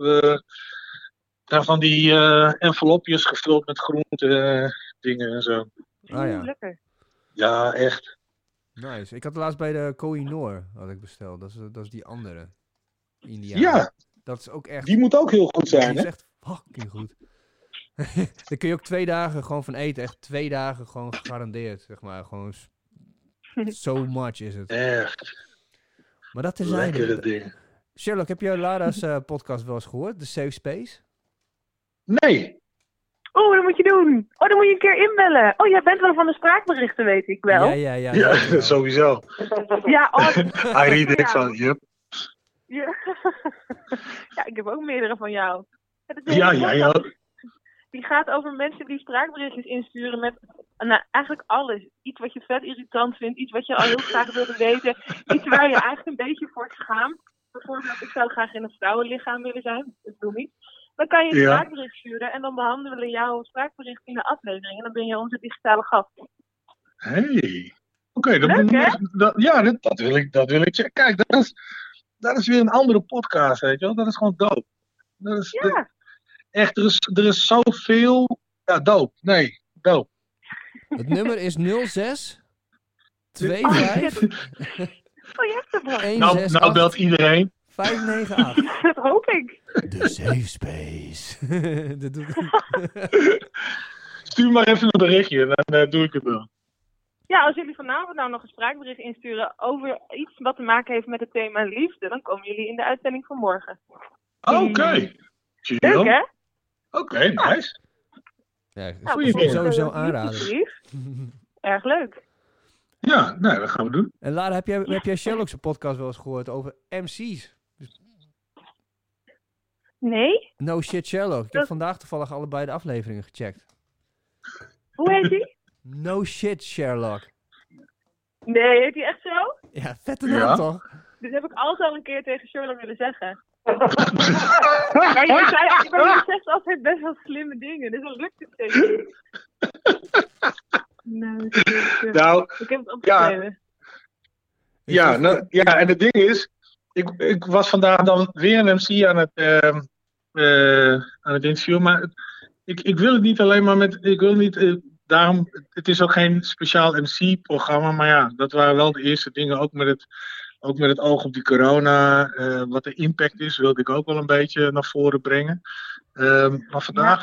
van die envelopjes gevuld met groente dingen en zo.
Ah ja.
Lekker.
Ja, echt.
Nice. Ik had laatst bij de Koh-i-Noor had ik besteld. Dat is die andere. Indiaan.
Ja,
Dat is ook echt...
die moet ook heel goed zijn,
Die is
hè?
echt fucking goed. Daar kun je ook 2 dagen gewoon van eten. Echt 2 dagen gewoon gegarandeerd. Zeg maar. Gewoon so much is het.
Echt.
Maar dat is
Lekkere ding.
Sherlock, heb je Lara's podcast wel eens gehoord? De Safe Space?
Nee.
Oh, dat moet je doen. Oh, dan moet je een keer inbellen. Oh, jij bent wel van de spraakberichten, weet ik wel.
Ja.
Ja, sowieso.
Ja, oh.
Hij riep ik van, yep.
Ja. Ja, ik heb ook meerdere van jou.
Ja.
Die gaat over mensen die spraakberichtjes insturen met eigenlijk alles. Iets wat je vet irritant vindt, iets wat je al heel graag wilde weten, iets waar je eigenlijk een beetje voor schaamt. Bijvoorbeeld, ik zou graag in een vrouwenlichaam willen zijn, dat doe ik. Dan kan je een spraakbericht sturen en dan behandelen we jouw spraakbericht in de aflevering. En dan ben je onze digitale gast.
Hey. Oké,
Leuk, hè?
Dat wil ik zeggen. Kijk, dat is weer een andere podcast, weet je wel. Dat is gewoon dope. Dat is,
Ja.
echt, er is zoveel... Ja, dope. Nee, dope.
Het nummer is 06 25
Oh, je hebt het wel.
168
Nou belt iedereen.
598.
Dat hoop ik.
De Safe Space. Dat doet...
Stuur maar even een berichtje en dan doe ik het wel.
Ja, als jullie vanavond nou nog een spraakbericht insturen over iets wat te maken heeft met het thema liefde, dan komen jullie in de uitzending van morgen.
Oké.
Leuk, hè?
Oké, nice.
Ja, ik
Goeie
zou het
dingen.
sowieso aanraden.
Lief. Erg leuk.
Ja, nee, dat gaan we doen.
En Lara, heb jij Sherlock's podcast wel eens gehoord over MC's?
Nee?
No shit Sherlock. Ik heb vandaag toevallig allebei de afleveringen gecheckt.
Hoe heet die?
No shit Sherlock.
Nee, heet die echt zo?
Ja, vette naam
Ja.
toch?
Dit heb ik altijd al een keer tegen Sherlock willen zeggen. Maar je zegt altijd best wel slimme dingen, dus dan lukt het steeds niet. Nou, ik heb het opgeschreven.
Ja, en het ding is, ik was vandaag dan weer een MC aan het interviewen, maar ik wil het niet alleen maar daarom, het is ook geen speciaal MC-programma, maar ja, dat waren wel de eerste dingen, ook met het oog op die corona, wat de impact is, wilde ik ook wel een beetje naar voren brengen. Maar vandaag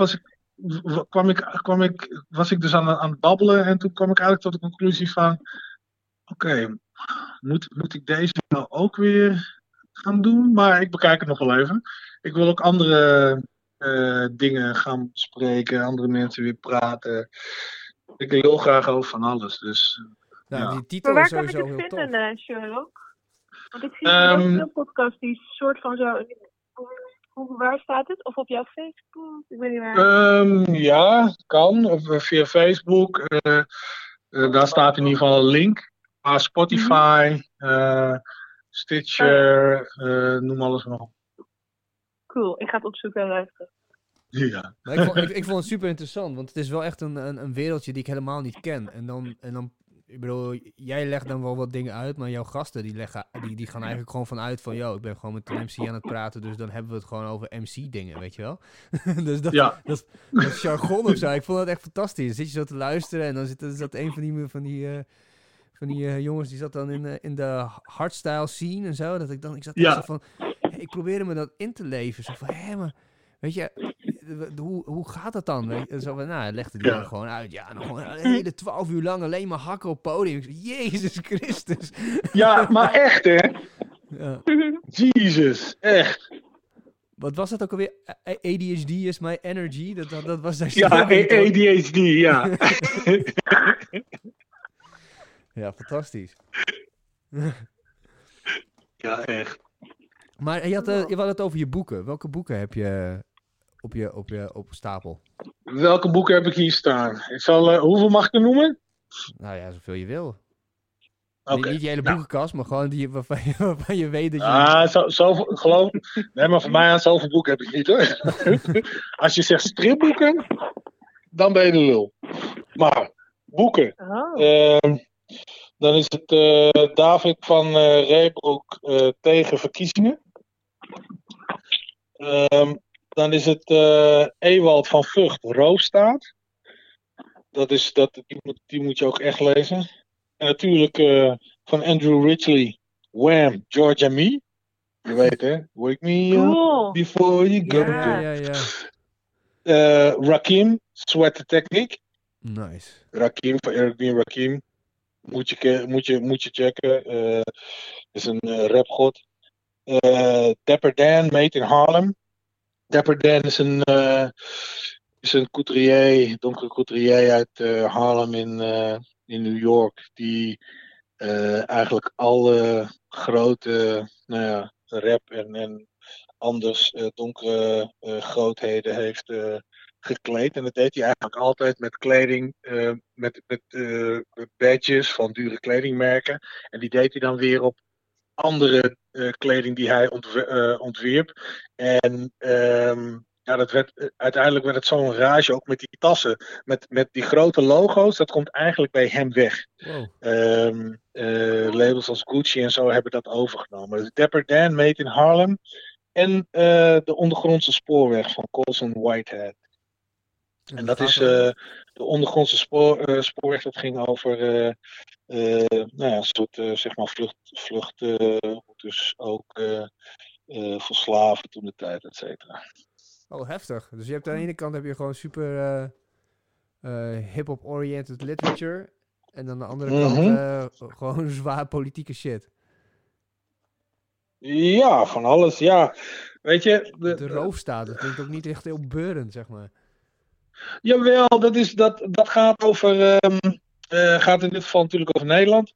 was ik dus aan het babbelen en toen kwam ik eigenlijk tot de conclusie van, oké, moet ik deze nou ook weer gaan doen? Maar ik bekijk het nog wel even. Ik wil ook andere dingen gaan bespreken, andere mensen weer praten. Ik wil graag over van alles, dus...
Nou,
ja.
die titel
Maar
is
waar kan ik
sowieso
het
heel tof.
vinden, Sherlock? Want ik zie heel veel podcasts die soort van zo... Waar staat het? Of op jouw Facebook? Ik weet niet waar.
Ja, kan. Of via Facebook. Daar staat in ieder geval een link. Maar Spotify, Stitcher, noem alles maar op.
Cool, ik ga het opzoeken en luisteren.
Ja.
Maar ik vond het super interessant, want het is wel echt een wereldje die ik helemaal niet ken. En dan, ik bedoel, jij legt dan wel wat dingen uit, maar jouw gasten die gaan eigenlijk gewoon vanuit van, yo, ik ben gewoon met een MC aan het praten, dus dan hebben we het gewoon over MC-dingen, weet je wel? Dus dat jargon of zo, ik vond dat echt fantastisch. Dan zit je zo te luisteren en dan zat een van die jongens, die zat dan in de hardstyle scene en zo, ik zat zo van, ik probeerde me dat in te leven, zo van, maar, weet je... Hoe gaat dat dan? Weet je? Zo van, hij legde die dan gewoon uit. Ja, dan gewoon een hele 12 uur lang alleen maar hakken op podium. Ik zei, Jezus Christus.
Ja, maar echt hè.
Ja.
Jezus, echt.
Wat was dat ook alweer? ADHD is my energy. Dat was daar
Ja, ADHD, ja.
Ja, fantastisch.
Ja, echt.
Maar je had het over je boeken. Welke boeken heb je op stapel?
Welke boeken heb ik hier staan? Hoeveel mag ik er noemen?
Nou ja, zoveel je wil.
Okay.
Niet je hele boekenkast, maar gewoon die waarvan je weet dat je...
Geloof. Nee, maar voor mij aan zoveel boeken heb ik niet hoor. Als je zegt stripboeken, dan ben je de lul. Maar boeken. Dan is het David van Reebroek tegen verkiezingen. Dan is het Ewald van Vught, Roofstaat. Die moet je ook echt lezen. En natuurlijk van Andrew Ridgeley, Wham, Georgia Me. Je weet hè, Wake Me
Cool.
Up Before You Go.
Ja.
Rakim, Sweat the Technique.
Nice.
Rakim van Eric B. en Rakim. Moet je checken. Is een rapgod. Dapper Dan, Made in Harlem. Dapper Dan is een couturier, donkere couturier uit Harlem in New York. Die eigenlijk alle grote rap en anders donkere grootheden heeft gekleed. En dat deed hij eigenlijk altijd met kleding, met badges van dure kledingmerken. En die deed hij dan weer op andere kleding die hij ontwierp. En uiteindelijk werd het zo'n rage ook met die tassen. Met die grote logo's, dat komt eigenlijk bij hem weg.
Wow.
Labels als Gucci en zo hebben dat overgenomen. Dus Dapper Dan, Made in Harlem. En de ondergrondse spoorweg van Colson Whitehead. En dat is de ondergrondse spoorweg, dat ging over een soort zeg maar vluchtroutes ook voor slaven toen de tijd, et cetera.
Oh, heftig. Dus je hebt aan de ene kant heb je gewoon super hip-hop oriented literature. En aan de andere kant gewoon zwaar politieke shit.
Ja, van alles, ja. Weet je...
De roofstaat, dat klinkt ook niet echt heel beurend, zeg maar.
Jawel, dat gaat over... gaat in dit geval natuurlijk over Nederland.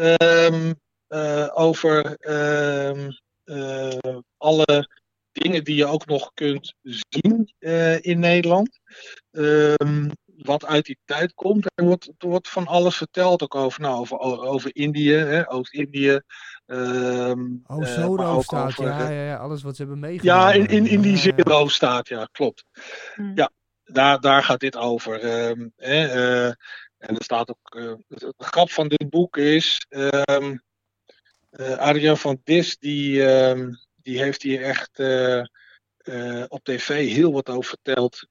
Over alle dingen die je ook nog kunt zien in Nederland. Wat uit die tijd komt. Er wordt van alles verteld ook over Indië, hè, Oost-Indië.
Zo roofstaat, ja, alles wat ze hebben meegemaakt.
Ja, in die zin roofstaat, ja, klopt. Ja, daar gaat dit over. En er staat ook, de grap van dit boek is, Adriaan van Dis, die heeft hier echt op tv heel wat over verteld,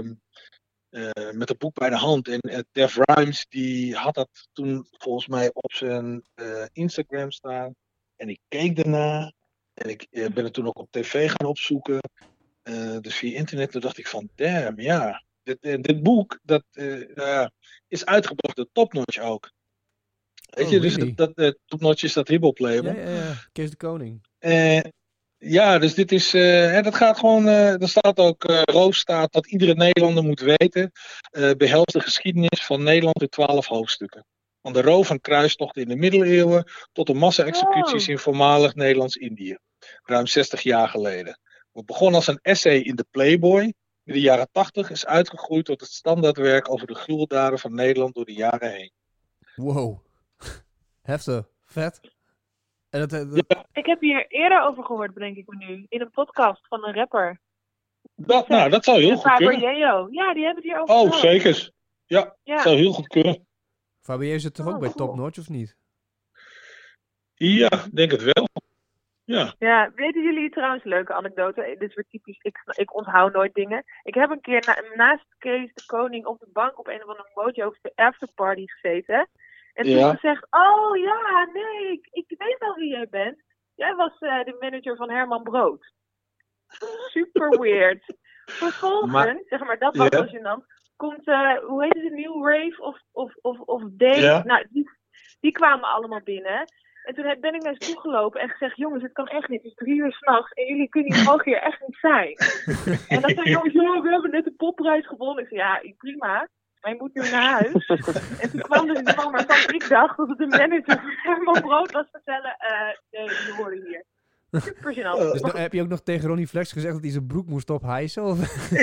met het boek bij de hand. En Def Rhymes, die had dat toen volgens mij op zijn Instagram staan. En ik keek daarna, en ik ben het toen ook op tv gaan opzoeken, dus via internet. Toen dacht ik van, damn, ja. Dit boek, dat is uitgebracht door Top Notch ook. Weet je,
really?
Dus Top Notch is dat hip-hop label.
Ja. Kees de Koning.
Ja, dus dit is, dat gaat gewoon, er staat ook, roofstaat, dat iedere Nederlander moet weten, behelst de geschiedenis van Nederland in 12 hoofdstukken. Van de roof- en kruistochten in de middeleeuwen tot de massa-executies in voormalig Nederlands-Indië. Ruim 60 jaar geleden. Het begon als een essay in de Playboy. In de jaren 80 is uitgegroeid tot het standaardwerk over de gruweldaden van Nederland door de jaren heen.
Wow. Heftig. Vet. En
Ja.
Ik heb hier eerder over gehoord, bedenk ik me nu. In een podcast van een rapper.
Dat zou heel goed kunnen.
Fabio. Ja, die hebben het hier over
Oh,
gehad.
zeker. Ja, zou heel goed kunnen.
Fabio zit toch ook bij
cool.
Top Notch, of niet?
Ja, denk het wel. Ja.
Ja, weten jullie trouwens een leuke anekdote? Dit is weer typisch, ik onthoud nooit dingen. Ik heb een keer naast Kees de Koning op de bank op een of andere Mojo afterparty gezeten. En toen gezegd, oh ja, nee, ik weet wel wie jij bent. Jij was de manager van Herman Brood. Super weird. Vervolgens, zeg maar, dat was wel gênant. Komt, hoe heet het, New Rave of Day?
Ja.
Nou, die kwamen allemaal binnen. En toen ben ik naar ze toe gelopen en gezegd, jongens, het kan echt niet. Het is 3 uur 's nachts en jullie mogen hier echt niet zijn. En dan zei jongens, we hebben net de popprijs gewonnen. Ik zei, ja, prima, maar je moet nu naar huis. En toen kwam dus de man waarvan ik dacht dat het de manager van Herman Brood was vertellen, die horen hier. Super gênant.
Dus heb je ook nog tegen Ronnie Flex gezegd dat hij zijn broek moest ophijsen? Of?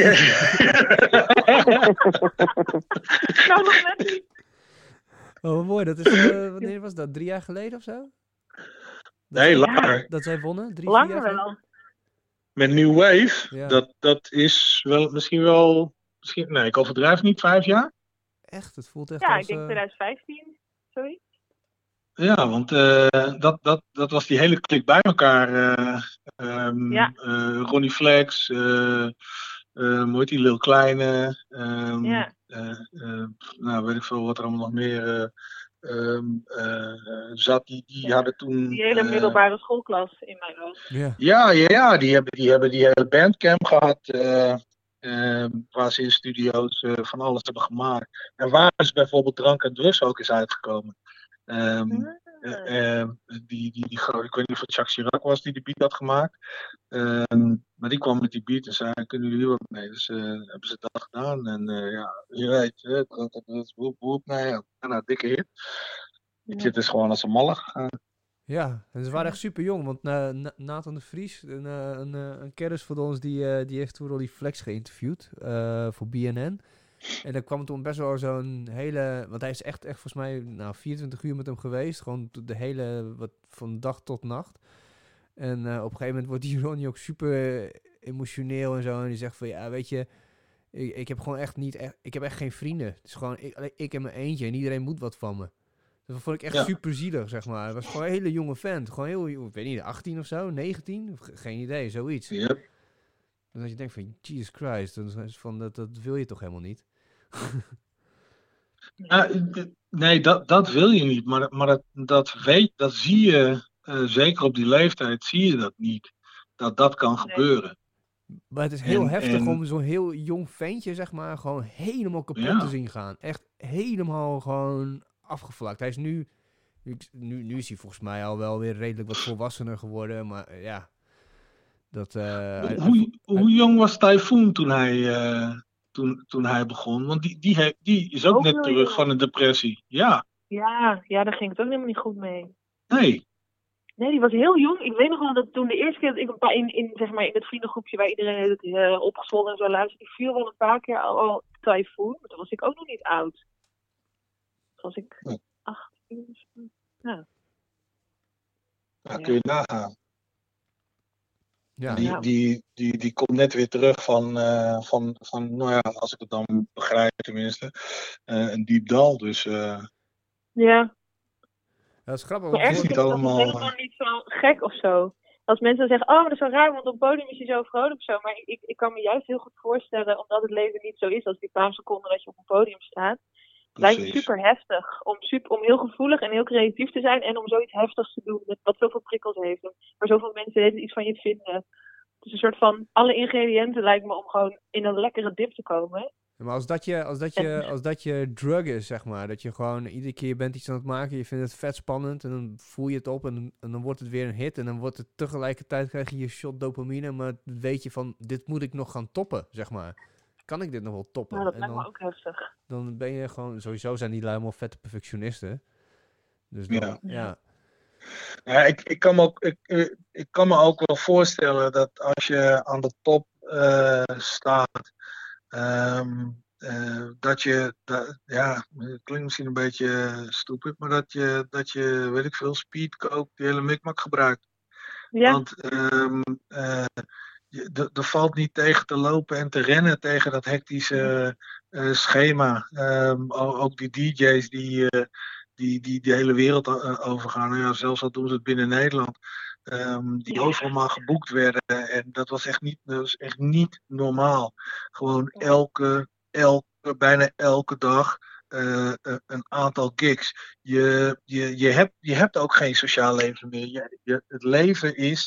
Nou, nog net niet.
Oh, mooi. Dat is, wanneer was dat? 3 jaar geleden of zo?
Nee, langer.
Dat zij wonnen? 3-4 jaar
Langer
geleden?
wel.
Met New Wave,
Ja.
dat is wel misschien, nee, ik overdrijf niet, 5 jaar.
Echt? Het voelt echt
Ja,
als...
ik denk 2015, sorry.
Ja, want dat was die hele klik bij elkaar. Ronnie Flex, hoe heet die, Lil Kleine. Nou, weet ik veel wat er allemaal nog meer. zat. Die hadden toen...
Die hele middelbare schoolklas in mijn hoofd.
Ja.
Die hebben die hele bandcamp gehad. Waar ze in studio's van alles hebben gemaakt. En waar is bijvoorbeeld Drank en Drugs ook is uitgekomen. Ik weet niet of het Jacques Chirac was die beat had gemaakt. Maar die kwam met die beat en zei, kunnen jullie wat mee? Dus hebben ze dat gedaan. En je weet, Drank en Drugs, woep. Nou, dikke hit. Die zit dus gewoon als een malle gegaan.
Ja, en ze waren echt super jong, want Nathan de Vries, een kennis van ons, die heeft toen al die Flex geïnterviewd voor BNN. En daar kwam toen best wel zo'n hele, want hij is echt volgens mij 24 uur met hem geweest, gewoon de hele, van dag tot nacht. En op een gegeven moment wordt die Ronnie ook super emotioneel en zo, en die zegt van, ja, weet je, ik heb gewoon ik heb echt geen vrienden. Het is gewoon, ik en mijn eentje en iedereen moet wat van me. Dat vond ik echt super zielig, zeg maar. Het was gewoon een hele jonge vent. Gewoon heel, ik weet niet, 18 of zo, 19? Geen idee, zoiets.
Yep.
En dat je denkt van, Jesus Christ, dat wil je toch helemaal niet?
Nee, dat wil je niet. Maar dat zie je, zeker op die leeftijd, zie je dat niet. Dat kan gebeuren.
Maar het is heel heftig om zo'n heel jong ventje, zeg maar, gewoon helemaal kapot te zien gaan. Echt helemaal gewoon afgevlakt. Hij is nu is hij volgens mij al wel weer redelijk wat volwassener geworden, maar ja.
Hoe jong was Typhoon toen hij begon? Want die is ook net terug van een depressie. Ja.
Ja, daar ging het ook helemaal niet goed mee.
Nee.
Nee, die was heel jong. Ik weet nog wel dat toen de eerste keer dat ik in het vriendengroepje waar iedereen het opgezwollen en zo luisterde, die viel wel een paar keer al Typhoon. Maar toen was ik ook nog niet oud. Toen was ik 18. Ja.
Kun je nagaan.
Ja.
Die komt net weer terug van, nou ja, als ik het dan begrijp tenminste, een diep dal. Dus
ja.
Dat is grappig.
Maar ergens is dat helemaal niet zo gek of zo. Als mensen dan zeggen, oh, maar dat is zo raar, want op het podium is hij zo vrolijk of zo. Maar ik kan me juist heel goed voorstellen, omdat het leven niet zo is als die paar seconden dat je op een podium staat. Lijkt het super heftig om heel gevoelig en heel creatief te zijn en om zoiets heftigs te doen wat zoveel prikkels heeft. Waar zoveel mensen iets van je vinden. Het is een soort van alle ingrediënten lijkt me om gewoon in een lekkere dip te komen.
Ja, maar als dat je drug is, zeg maar, dat je gewoon iedere keer je bent iets aan het maken, je vindt het vet spannend en dan voel je het op en dan wordt het weer een hit en dan wordt het tegelijkertijd krijg je shot dopamine, maar weet je van, dit moet ik nog gaan toppen, zeg maar. Kan ik dit nog wel toppen?
Nou, dat lijkt me ook heftig.
Dan ben je gewoon, sowieso zijn die lui helemaal vette perfectionisten. Dus dan, ja.
Ik kan me ook wel voorstellen dat als je aan de top staat, dat je, het klinkt misschien een beetje stupid, maar dat je weet ik veel, speed, coke, die hele mikmak gebruikt.
Ja.
Want er valt niet tegen te lopen en te rennen tegen dat hectische schema. Ook die DJ's die de hele wereld overgaan. Nou ja, zelfs al doen ze het binnen Nederland. Die overal maar geboekt werden. En dat was echt niet normaal. Gewoon bijna elke dag een aantal gigs. Je hebt ook geen sociaal leven meer. Het leven is...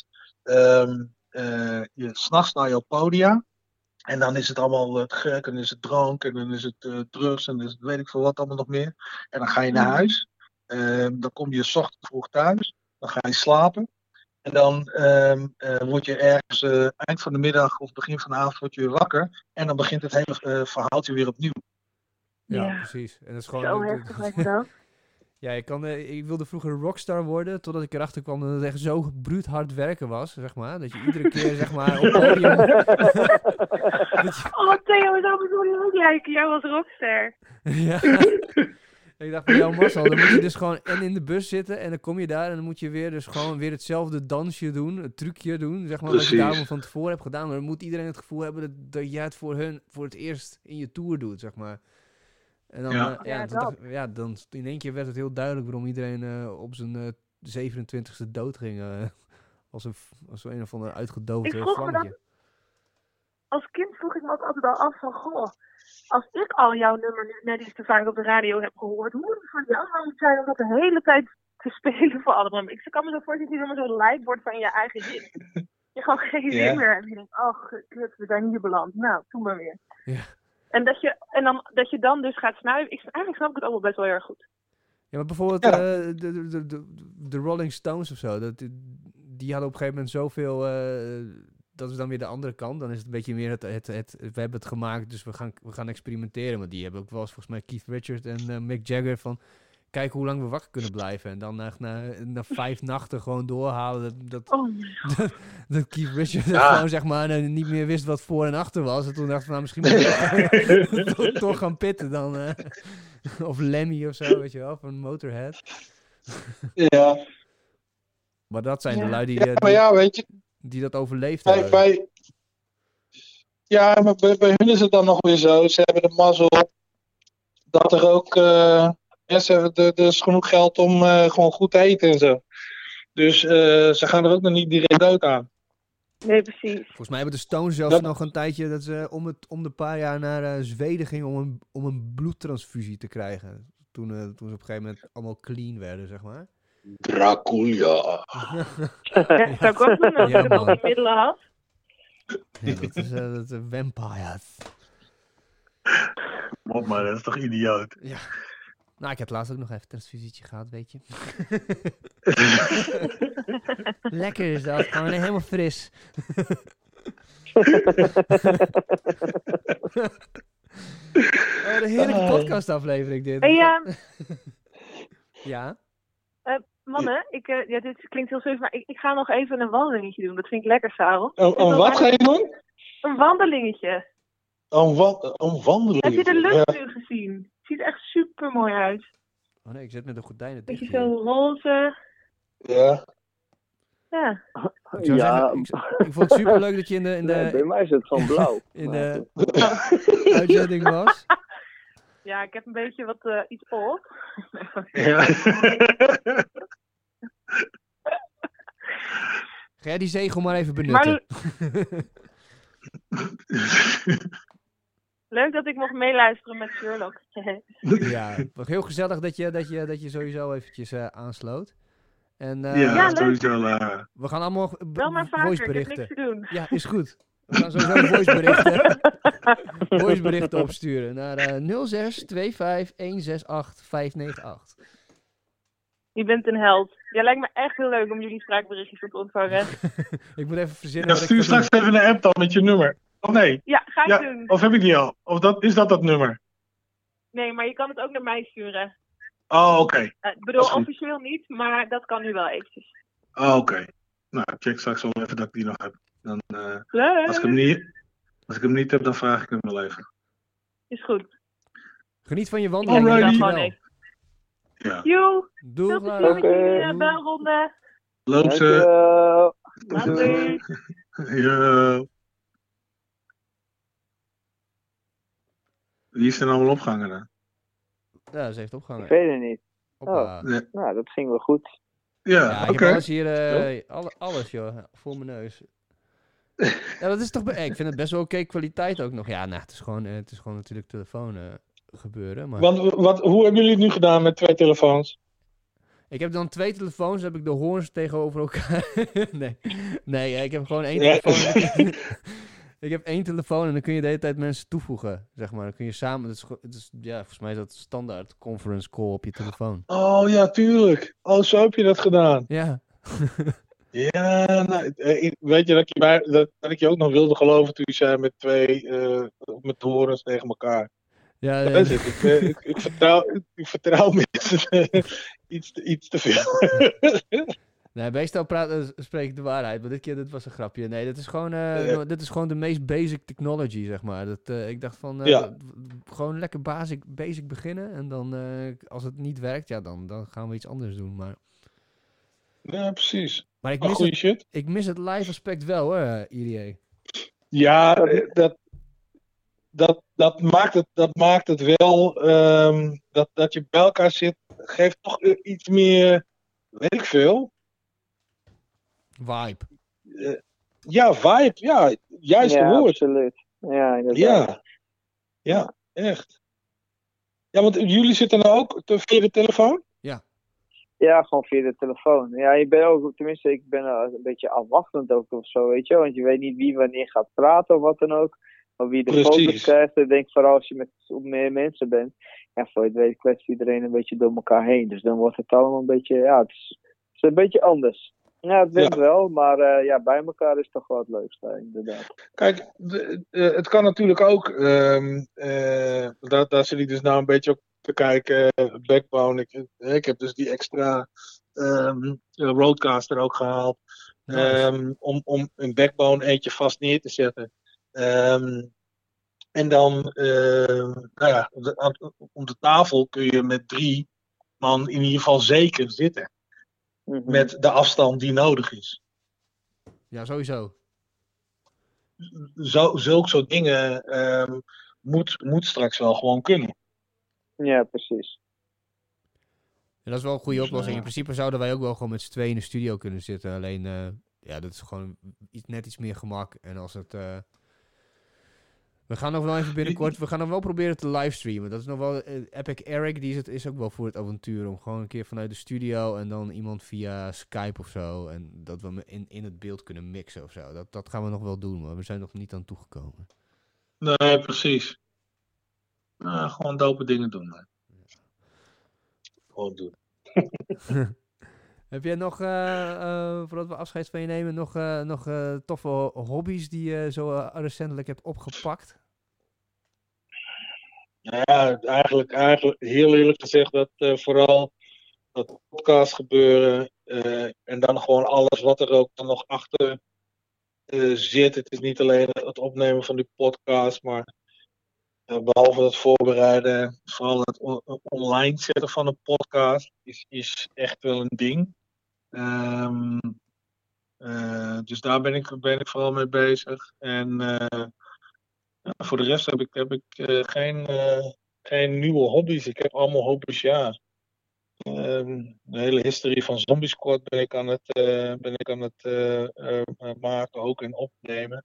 je 's nachts naar jouw podia. En dan is het allemaal het gek, en dan is het drank, en dan is het drugs, en dan is het weet ik veel wat allemaal nog meer. En dan ga je naar huis. Dan kom je 's ochtends vroeg thuis. Dan ga je slapen. En dan word je ergens eind van de middag of begin van de avond word je weer wakker. En dan begint het hele verhaaltje weer opnieuw.
Ja, precies. En dat is gewoon
zo heftig lijkt me dat.
Ja, ik wilde vroeger rockstar worden, totdat ik erachter kwam dat het echt zo bruut hard werken was, zeg maar. Dat je iedere keer, zeg maar, op podium...
Oh, Theo, zo bedoel je ook lijken. Jij was rockster.
Ja. Ik dacht, bij jou Marcel, dan moet je dus gewoon in de bus zitten en dan kom je daar en dan moet je weer weer hetzelfde dansje doen, het trucje doen, zeg maar, wat je daarom van tevoren hebt gedaan. Maar dan moet iedereen het gevoel hebben dat jij het voor het eerst in je tour doet, zeg maar. En dan, dan in één keer werd het heel duidelijk waarom iedereen op zijn 27e dood ging. Als een of ander uitgedoofde vlammetje.
Als kind vroeg ik me ook altijd al af van, goh, als ik al jouw nummer nu net iets te vaak op de radio heb gehoord, hoe moet het voor jou nou zijn om dat de hele tijd te spelen voor anderen? Ik kan me zo voorstellen dat je nummer zo live wordt van je eigen hit. Je gewoon geen zin meer hebt. En je denkt, oh, kut, we zijn hier beland. Nou, doe maar weer.
Ja.
En dat je dan dus gaat snuiven. Eigenlijk snap ik het allemaal best wel erg goed.
Ja, maar bijvoorbeeld de Rolling Stones of zo, die hadden op een gegeven moment zoveel, dat is dan weer de andere kant. Dan is het een beetje meer we hebben het gemaakt, dus we gaan experimenteren. Maar die hebben ook wel eens volgens mij Keith Richards en Mick Jagger van, kijk hoe lang we wakker kunnen blijven. En dan na 5 nachten gewoon doorhalen dat Keith Richards gewoon zeg maar niet meer wist wat voor en achter was. En toen dacht van, misschien moet ik toch gaan pitten dan. Of Lemmy of zo, weet je wel, van Motorhead.
Ja.
Maar dat zijn de lui
weet je,
die dat overleefd hebben.
Maar bij hun is het dan nog weer zo. Ze hebben de mazzel dat er ook... er is genoeg geld om gewoon goed te eten en zo. Dus ze gaan er ook nog niet direct dood aan.
Nee, precies.
Volgens mij hebben de Stones zelfs nog een tijdje dat ze om de paar jaar naar Zweden gingen om een bloedtransfusie te krijgen. Toen ze op een gegeven moment allemaal clean werden, zeg maar.
Dracula.
Ja, zou ik ook doen als ik al die middelen had.
Ja, dat is vampires.
Maar dat is toch idioot?
Ja. Nou, ik heb laatst ook nog even een transfusietje gehad, weet je. Lekker is dat. Gaan we helemaal fris. Wat een heerlijke podcastaflevering dit.
Hey,
ja?
Mannen, dit klinkt heel zeus, maar ik ga nog even een wandelingetje doen. Dat vind ik lekker s'avonds.
Wat ga je doen?
Een wandelingetje.
Een wandelingetje?
Heb je de lucht nu gezien? Het ziet er echt super mooi uit.
Oh nee, ik zit met de gordijnen dicht.
Beetje zo roze.
Ja.
Ja.
Ik zou zeggen, ik vond het super leuk dat je in de
Nee, bij mij is het gewoon blauw.
in de uitzending was.
Ja, ik heb een beetje wat iets op.
Ja.
Ga jij die zegel maar even benutten?
Leuk dat ik mocht meeluisteren met Sherlock.
Ja, heel gezellig dat je sowieso eventjes aansloot. En,
ja,
sowieso.
We gaan allemaal
Wel maar vaker, ik heb
voiceberichten.
niks te doen.
Ja, is goed. We gaan sowieso voiceberichten opsturen naar 0625168598.
Je bent een held. Ja, lijkt me echt heel leuk om jullie spraakberichtjes te ontvangen.
Ik moet even verzinnen.
Stuur straks even een app dan met je nummer. Of nee?
Ja, ga ik doen.
Of heb ik die al? Of is dat nummer?
Nee, maar je kan het ook naar mij sturen.
Oh, oké.
Ik bedoel, officieel niet, maar dat kan nu wel eventjes.
Oh, oké. Nou, check straks wel even dat ik die nog heb. Dan, als ik hem niet heb, dan vraag ik hem wel even.
Is goed.
Geniet van je wandeling.
Dankjewel.
Ja.
Joe,
Doei.
veel plezier met jullie belronde.
Loop ze.
Doei.
Yo. Wie is er allemaal opgehangen dan?
Ja, ze heeft opgehangen.
Ik weet het niet.
Hoppa.
Nee.
Nou, dat ging wel goed.
Ja, ik
oké.
heb alles hier, alles joh, voor mijn neus. Ja, dat is toch, ik vind het best wel oké kwaliteit ook nog. Ja, nou, het is gewoon natuurlijk telefoon gebeuren. Maar...
Hoe hebben jullie het nu gedaan met 2 telefoons?
Ik heb dan 2 telefoons, heb ik de hoorns tegenover elkaar. nee, ik heb gewoon 1 telefoon. Ik heb 1 telefoon en dan kun je de hele tijd mensen toevoegen, zeg maar. Dan kun je samen, volgens mij is dat standaard conference call op je telefoon.
Oh ja, tuurlijk. Oh, zo heb je dat gedaan.
Ja.
Ja, nou, weet je dat ik je ook nog wilde geloven toen je zei met 2 met horens tegen elkaar.
Ja,
Dat is het. Ik vertrouw mensen iets te veel.
Nee, meestal spreek ik de waarheid, maar dit was een grapje. Nee, dit is gewoon de meest basic technology, zeg maar. Ik dacht van, gewoon lekker basic beginnen. En dan, als het niet werkt, ja, dan gaan we iets anders doen. Maar...
Ja, precies.
Maar ik mis het live aspect wel, hoor, IDA.
Ja, dat maakt het wel, dat je bij elkaar zit, geeft toch iets meer, weet ik veel.
Vibe.
Ja, vibe, ja, juist woord.
Absoluut. Ja, inderdaad.
Ja. Echt? Ja, want jullie zitten nou ook via de telefoon?
Ja, gewoon via de telefoon. Ja, je bent ook, tenminste, ik ben een beetje afwachtend ook of zo, weet je. Want je weet niet wie wanneer gaat praten of wat dan ook. Of wie de focus krijgt. Ik denk vooral als je met meer mensen bent. Ja, voor je het weet kletst iedereen een beetje door elkaar heen. Dus dan wordt het allemaal een beetje, ja, het is een beetje anders. Ja, het wint wel, maar bij elkaar is toch wel het leukste, inderdaad.
Kijk, het kan natuurlijk ook, daar zit ik dus nou een beetje op te kijken, Backbone. Ik heb dus die extra Rodecaster ook gehaald.
Nice.
Om een Backbone eentje vast neer te zetten. En dan, om de tafel kun je met 3 man in ieder geval zeker zitten.
Mhm.
Met de afstand die nodig is.
Ja, sowieso.
Zulke soort dingen moet straks wel gewoon kunnen.
Ja, precies.
En dat is wel een goede
Dus,
oplossing. In principe zouden wij ook wel gewoon met z'n tweeën in de studio kunnen zitten. Alleen, dat is gewoon net iets meer gemak. En als het... We gaan nog wel even binnenkort... We gaan nog wel proberen te livestreamen. Dat is nog wel... Epic Eric, die is ook wel voor het avontuur. Om gewoon een keer vanuit de studio... En dan iemand via Skype of zo. En dat we in het beeld kunnen mixen of zo. Dat gaan we nog wel doen. Maar we zijn nog niet aan toegekomen.
Nee, precies. Gewoon dope dingen doen. Man. Gewoon doen.
Heb jij nog, voordat we afscheid van je nemen, nog toffe hobby's die je zo recentelijk hebt opgepakt?
Ja, eigenlijk heel eerlijk gezegd dat vooral dat podcast gebeuren en dan gewoon alles wat er ook dan nog achter zit. Het is niet alleen het opnemen van die podcast, maar behalve het voorbereiden, vooral het online zetten van een podcast is echt wel een ding. Dus daar ben ik vooral mee bezig. En voor de rest heb ik geen nieuwe hobby's. Ik heb allemaal hobby's, ja. De hele historie van Zombie Squad ben ik aan het maken, ook en opnemen.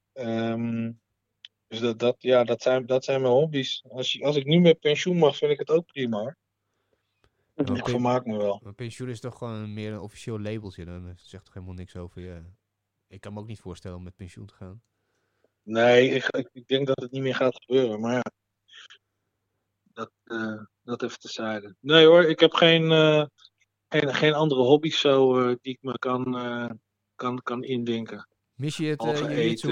Dus dat zijn mijn hobby's. Als ik nu met pensioen mag, vind ik het ook prima. Hoor. Ik vermaak me wel.
Maar pensioen is toch gewoon meer een officieel labeltje. Dan zegt toch helemaal niks over je. Ik kan me ook niet voorstellen om met pensioen te gaan.
Nee, ik denk dat het niet meer gaat gebeuren. Maar ja, dat even tezijde. Nee hoor, ik heb geen andere hobby's zo die ik me kan indenken.
Mis je het
Behalve
jiu-jitsu?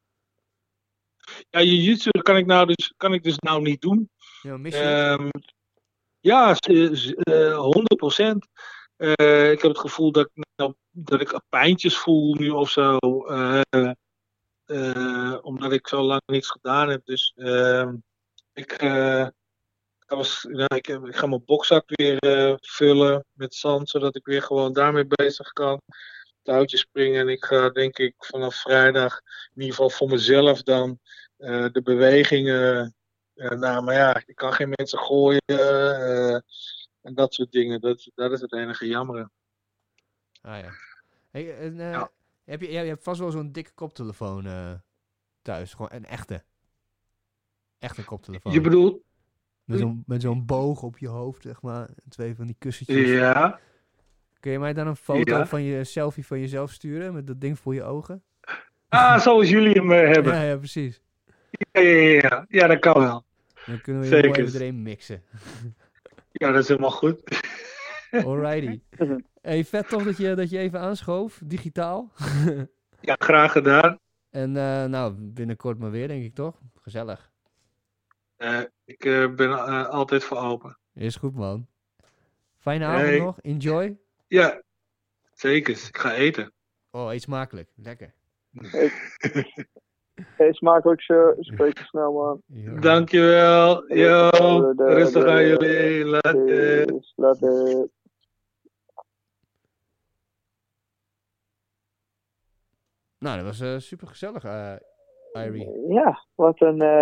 Ja, jiu-jitsu kan ik dus nou niet doen.
Ja, mis je het?
Ja, 100%. Ik heb het gevoel dat ik pijntjes voel nu of zo. Omdat ik zo lang niks gedaan heb. Dus ik ga mijn bokzak weer vullen met zand. Zodat ik weer gewoon daarmee bezig kan. Touwtjes springen. En ik ga denk ik vanaf vrijdag in ieder geval voor mezelf dan de bewegingen. Maar ja, ik kan geen mensen gooien en dat soort dingen. Dat is het enige jammere.
Ah ja. Hey,
Ja.
Je hebt vast wel zo'n dikke koptelefoon thuis. Gewoon een echte koptelefoon.
Je bedoelt?
Met zo'n boog op je hoofd, zeg maar. 2 van die kussentjes.
Ja.
Kun je mij dan een foto van je selfie van jezelf sturen? Met dat ding voor je ogen?
Zoals jullie hem hebben.
Ja, precies.
Ja, dat kan wel.
Dan kunnen we
Zeker.
heel even erin mixen.
Ja, dat is helemaal goed.
Alrighty. Hey, vet toch dat je even aanschoof, digitaal.
Ja, graag gedaan.
En binnenkort maar weer, denk ik toch? Gezellig.
Ik ben altijd voor open.
Is goed, man. Fijne avond nog. Enjoy.
Ja, zeker. Ik ga eten.
Oh, eet smakelijk. Lekker.
Hey, smakelijk, spreek je snel, man.
Ja.
Dankjewel. Yo, rustig aan jullie.
Later.
Nou, dat was super gezellig, Irie.
Ja, wat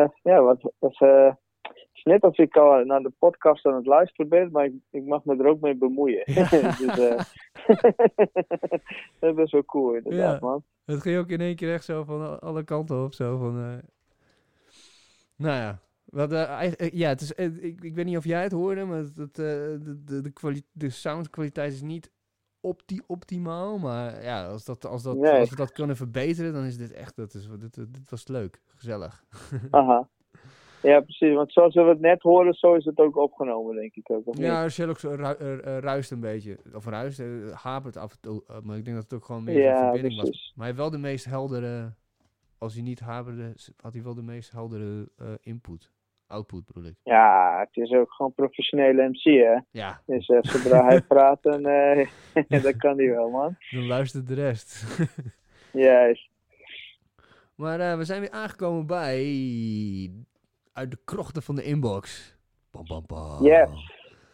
het is net als ik al naar de podcast aan het luisteren ben, maar ik mag me er ook mee bemoeien.
Ja.
Dus, dat is best wel cool, inderdaad, man.
Het ging ook in één keer echt zo van alle kanten op. Zo van, nou ja, Wat, ja, het is, ik weet niet of jij het hoorde, maar de soundkwaliteit is niet optimaal. Maar ja, als we dat kunnen verbeteren, dan is dit echt, dit was leuk, gezellig.
Aha. Ja, precies. Want zoals we het net hoorden, zo is het ook opgenomen, denk ik ook. Of
Ja,
niet?
Sherlock ruist een beetje. Of ruist, hapert af en toe. Maar ik denk dat het ook gewoon meer zijn verbinding was.
precies.
Maar hij heeft wel de meest heldere... Als hij niet haperde, had hij wel de meest heldere input. Output bedoel ik.
Ja, het is ook gewoon professionele MC, hè.
Ja,
Dus zodra hij praat, dan dat kan hij wel, man.
dan luistert de rest.
Juist.
Maar we zijn weer aangekomen bij... Uit de krochten van de inbox. Bam, bam, bam.
Yes.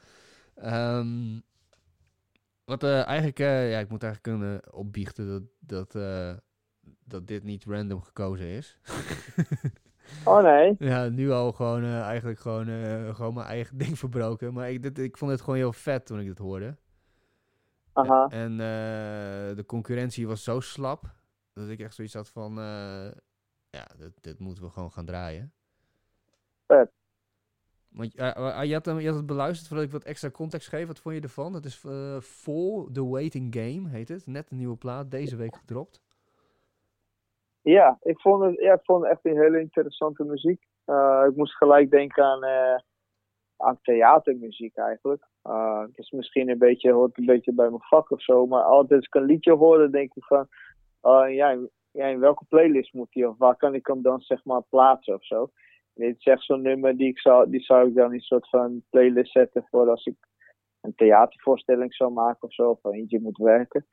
Wat eigenlijk... ja, ik moet eigenlijk kunnen opbiechten dat dit niet random gekozen is.
Oh, nee.
Ja, nu al gewoon eigenlijk gewoon mijn eigen ding verbroken. Maar ik vond het gewoon heel vet toen ik het hoorde.
Aha.
En de concurrentie was zo slap... dat ik echt zoiets had van... ja, dit moeten we gewoon gaan draaien.
Vet.
Want je had het beluisterd voordat ik wat extra context geef. Wat vond je ervan? Het is For The Waiting Game, heet het. Net een nieuwe plaat, deze week gedropt.
Ja, ik vond het echt een hele interessante muziek. Ik moest gelijk denken aan theatermuziek eigenlijk. Het is misschien hoort een beetje bij mijn vak of zo. Maar altijd als ik een liedje hoorde, denk ik van... in welke playlist moet die? Of waar kan ik hem dan zeg maar plaatsen of zo? Dit is echt zo'n nummer die zou ik dan in een soort van playlist zetten voor als ik een theatervoorstelling zou maken of zo. Of eentje moet werken.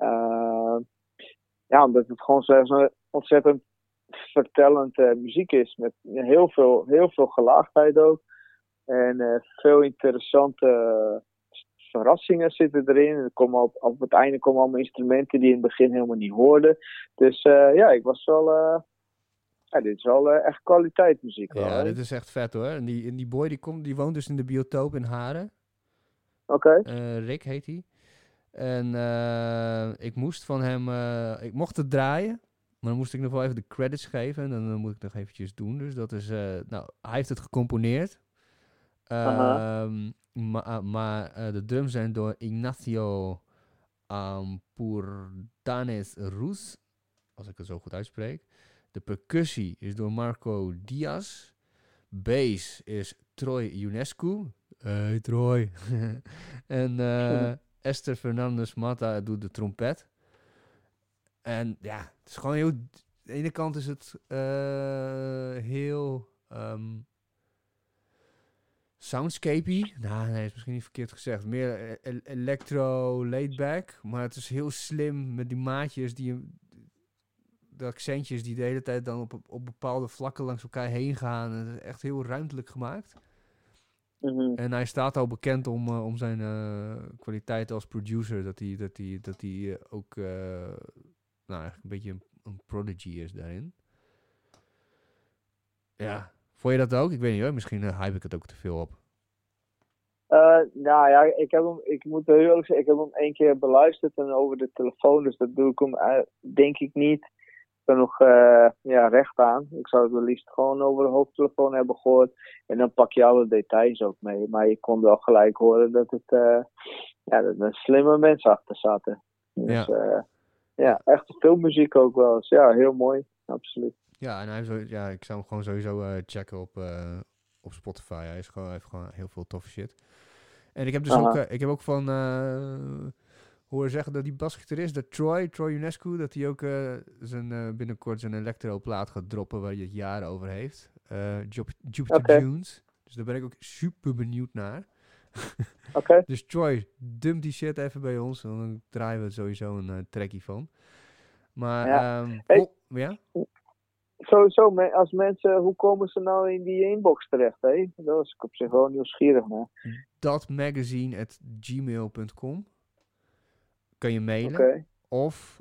Ja, omdat het gewoon zo'n ontzettend vertellend muziek is. Met heel veel gelaagdheid ook. En veel interessante verrassingen zitten erin. Er komen op het einde komen allemaal instrumenten die in het begin helemaal niet hoorden. Dus ik was wel... dit is wel echt kwaliteitsmuziek.
Ja,
wel,
dit is echt vet hoor. En die boy die woont dus in de biotoop in Haren.
Oké.
Rick heet hij. En ik moest van hem... ik mocht het draaien. Maar dan moest ik nog wel even de credits geven. En dan moet ik nog eventjes doen. Dus dat is... hij heeft het gecomponeerd. Maar de drums zijn door Ignacio Ampurdanes Ruz. Als ik het zo goed uitspreek. De percussie is door Marco Diaz. Bass is Troy Ionescu. Hey Troy. En Esther Fernandez Mata doet de trompet. En ja, het is gewoon heel... Aan de ene kant is het heel... soundscapey. Nou, nee, is misschien niet verkeerd gezegd. Meer electro, laid back. Maar het is heel slim met die maatjes de accentjes die de hele tijd dan op bepaalde vlakken langs elkaar heen gaan. Het is echt heel ruimtelijk gemaakt.
Mm-hmm.
En hij staat al bekend om zijn kwaliteit als producer. Dat hij ook eigenlijk een beetje een prodigy is daarin. Ja, vond je dat ook? Ik weet niet hoor, misschien hype ik het ook te veel op.
Nou ja, ik moet heel eerlijk zeggen, ik heb hem 1 keer beluisterd en over de telefoon, dus dat doe ik hem denk ik niet nog recht aan. Ik zou het wel liefst gewoon over de hoofdtelefoon hebben gehoord en dan pak je alle details ook mee. Maar je kon wel gelijk horen dat dat er slimme mensen achter zaten. Dus echt veel muziek ook wel eens. Ja, heel mooi, absoluut.
Ja, en ik zou hem gewoon sowieso checken op Spotify. Hij heeft gewoon heel veel toffe shit. En ik heb dus ook van horen zeggen dat die basgitarist, dat Troy Ionescu, dat hij ook binnenkort zijn electro-plaat gaat droppen waar hij het jaren over heeft. Jupiter Tunes. Dus daar ben ik ook super benieuwd naar.
Okay.
Dus Troy, dump die shit even bij ons. En dan draaien we sowieso een trackie van. Maar ja.
Sowieso, als mensen, hoe komen ze nou in die inbox terecht? Hè? Daar was ik op zich wel nieuwsgierig naar.
datmagazine@gmail.com kan je mailen.
Okay.
Of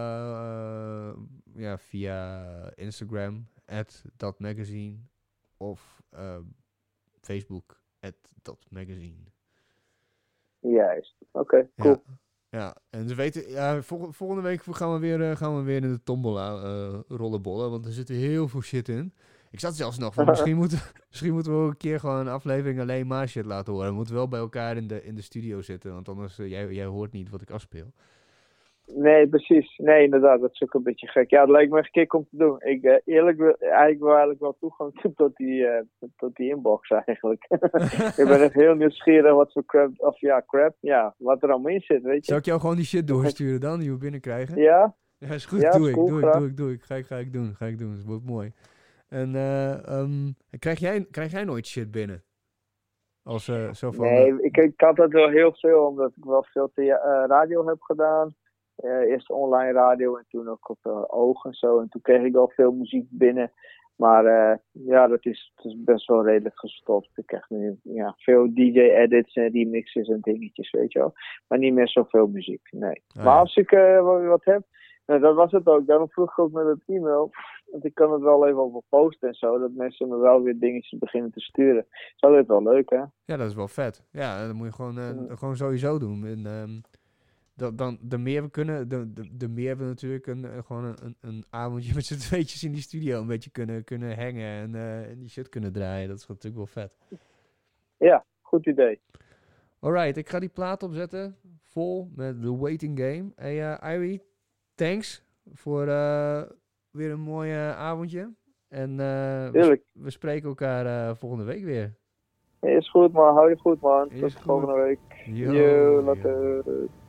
via Instagram @datmagazine of Facebook @datmagazine.
Juist, oké, cool.
Ja, en ze weten, volgende week gaan we weer in de tombola rollenbollen, want er zit heel veel shit in. Ik zat zelfs nog van, misschien moeten we ook een keer gewoon een aflevering alleen maar shit laten horen. We moeten wel bij elkaar in de studio zitten, want anders, jij hoort niet wat ik afspeel.
Nee, precies. Nee, inderdaad. Dat is ook een beetje gek. Ja, het lijkt me echt kick om te doen. Ik wil eigenlijk wel toegang tot die inbox eigenlijk. Ik ben echt heel nieuwsgierig wat voor crap, wat er allemaal in zit, weet je.
Zou ik jou gewoon die shit doorsturen dan, die we binnenkrijgen?
Ja?
Ja, is goed.
Ja,
Doe
is cool,
ik. Ga ik doen. Dat wordt mooi. En krijg jij nooit shit binnen? Als zo van...
Nee, ik had dat wel heel veel, omdat ik wel veel radio heb gedaan. Eerst online radio en toen ook op oog en zo. En toen kreeg ik al veel muziek binnen. Maar het is best wel redelijk gestopt. Ik krijg nu veel DJ-edits en remixes en dingetjes, weet je wel. Maar niet meer zoveel muziek, nee. Maar als ik wat heb, dat was het ook. Daarom vroeg ik ook met het e-mail. Want ik kan het wel even over posten en zo. Dat mensen me wel weer dingetjes beginnen te sturen. Dat is altijd wel leuk, hè?
Ja, dat is wel vet. Ja, dat moet je gewoon sowieso doen. En, dan de meer we kunnen, de meer we natuurlijk gewoon een avondje met z'n tweetjes in die studio een beetje kunnen hangen en die shit kunnen draaien. Dat is natuurlijk wel vet.
Ja, goed idee.
Alright, ik ga die plaat opzetten, vol met The Waiting Game. Hey Irie, thanks voor weer een mooi avondje. En we spreken elkaar volgende week weer.
Is goed man, hou je goed man.
Is
tot
goed.
volgende week.
Yo,
later.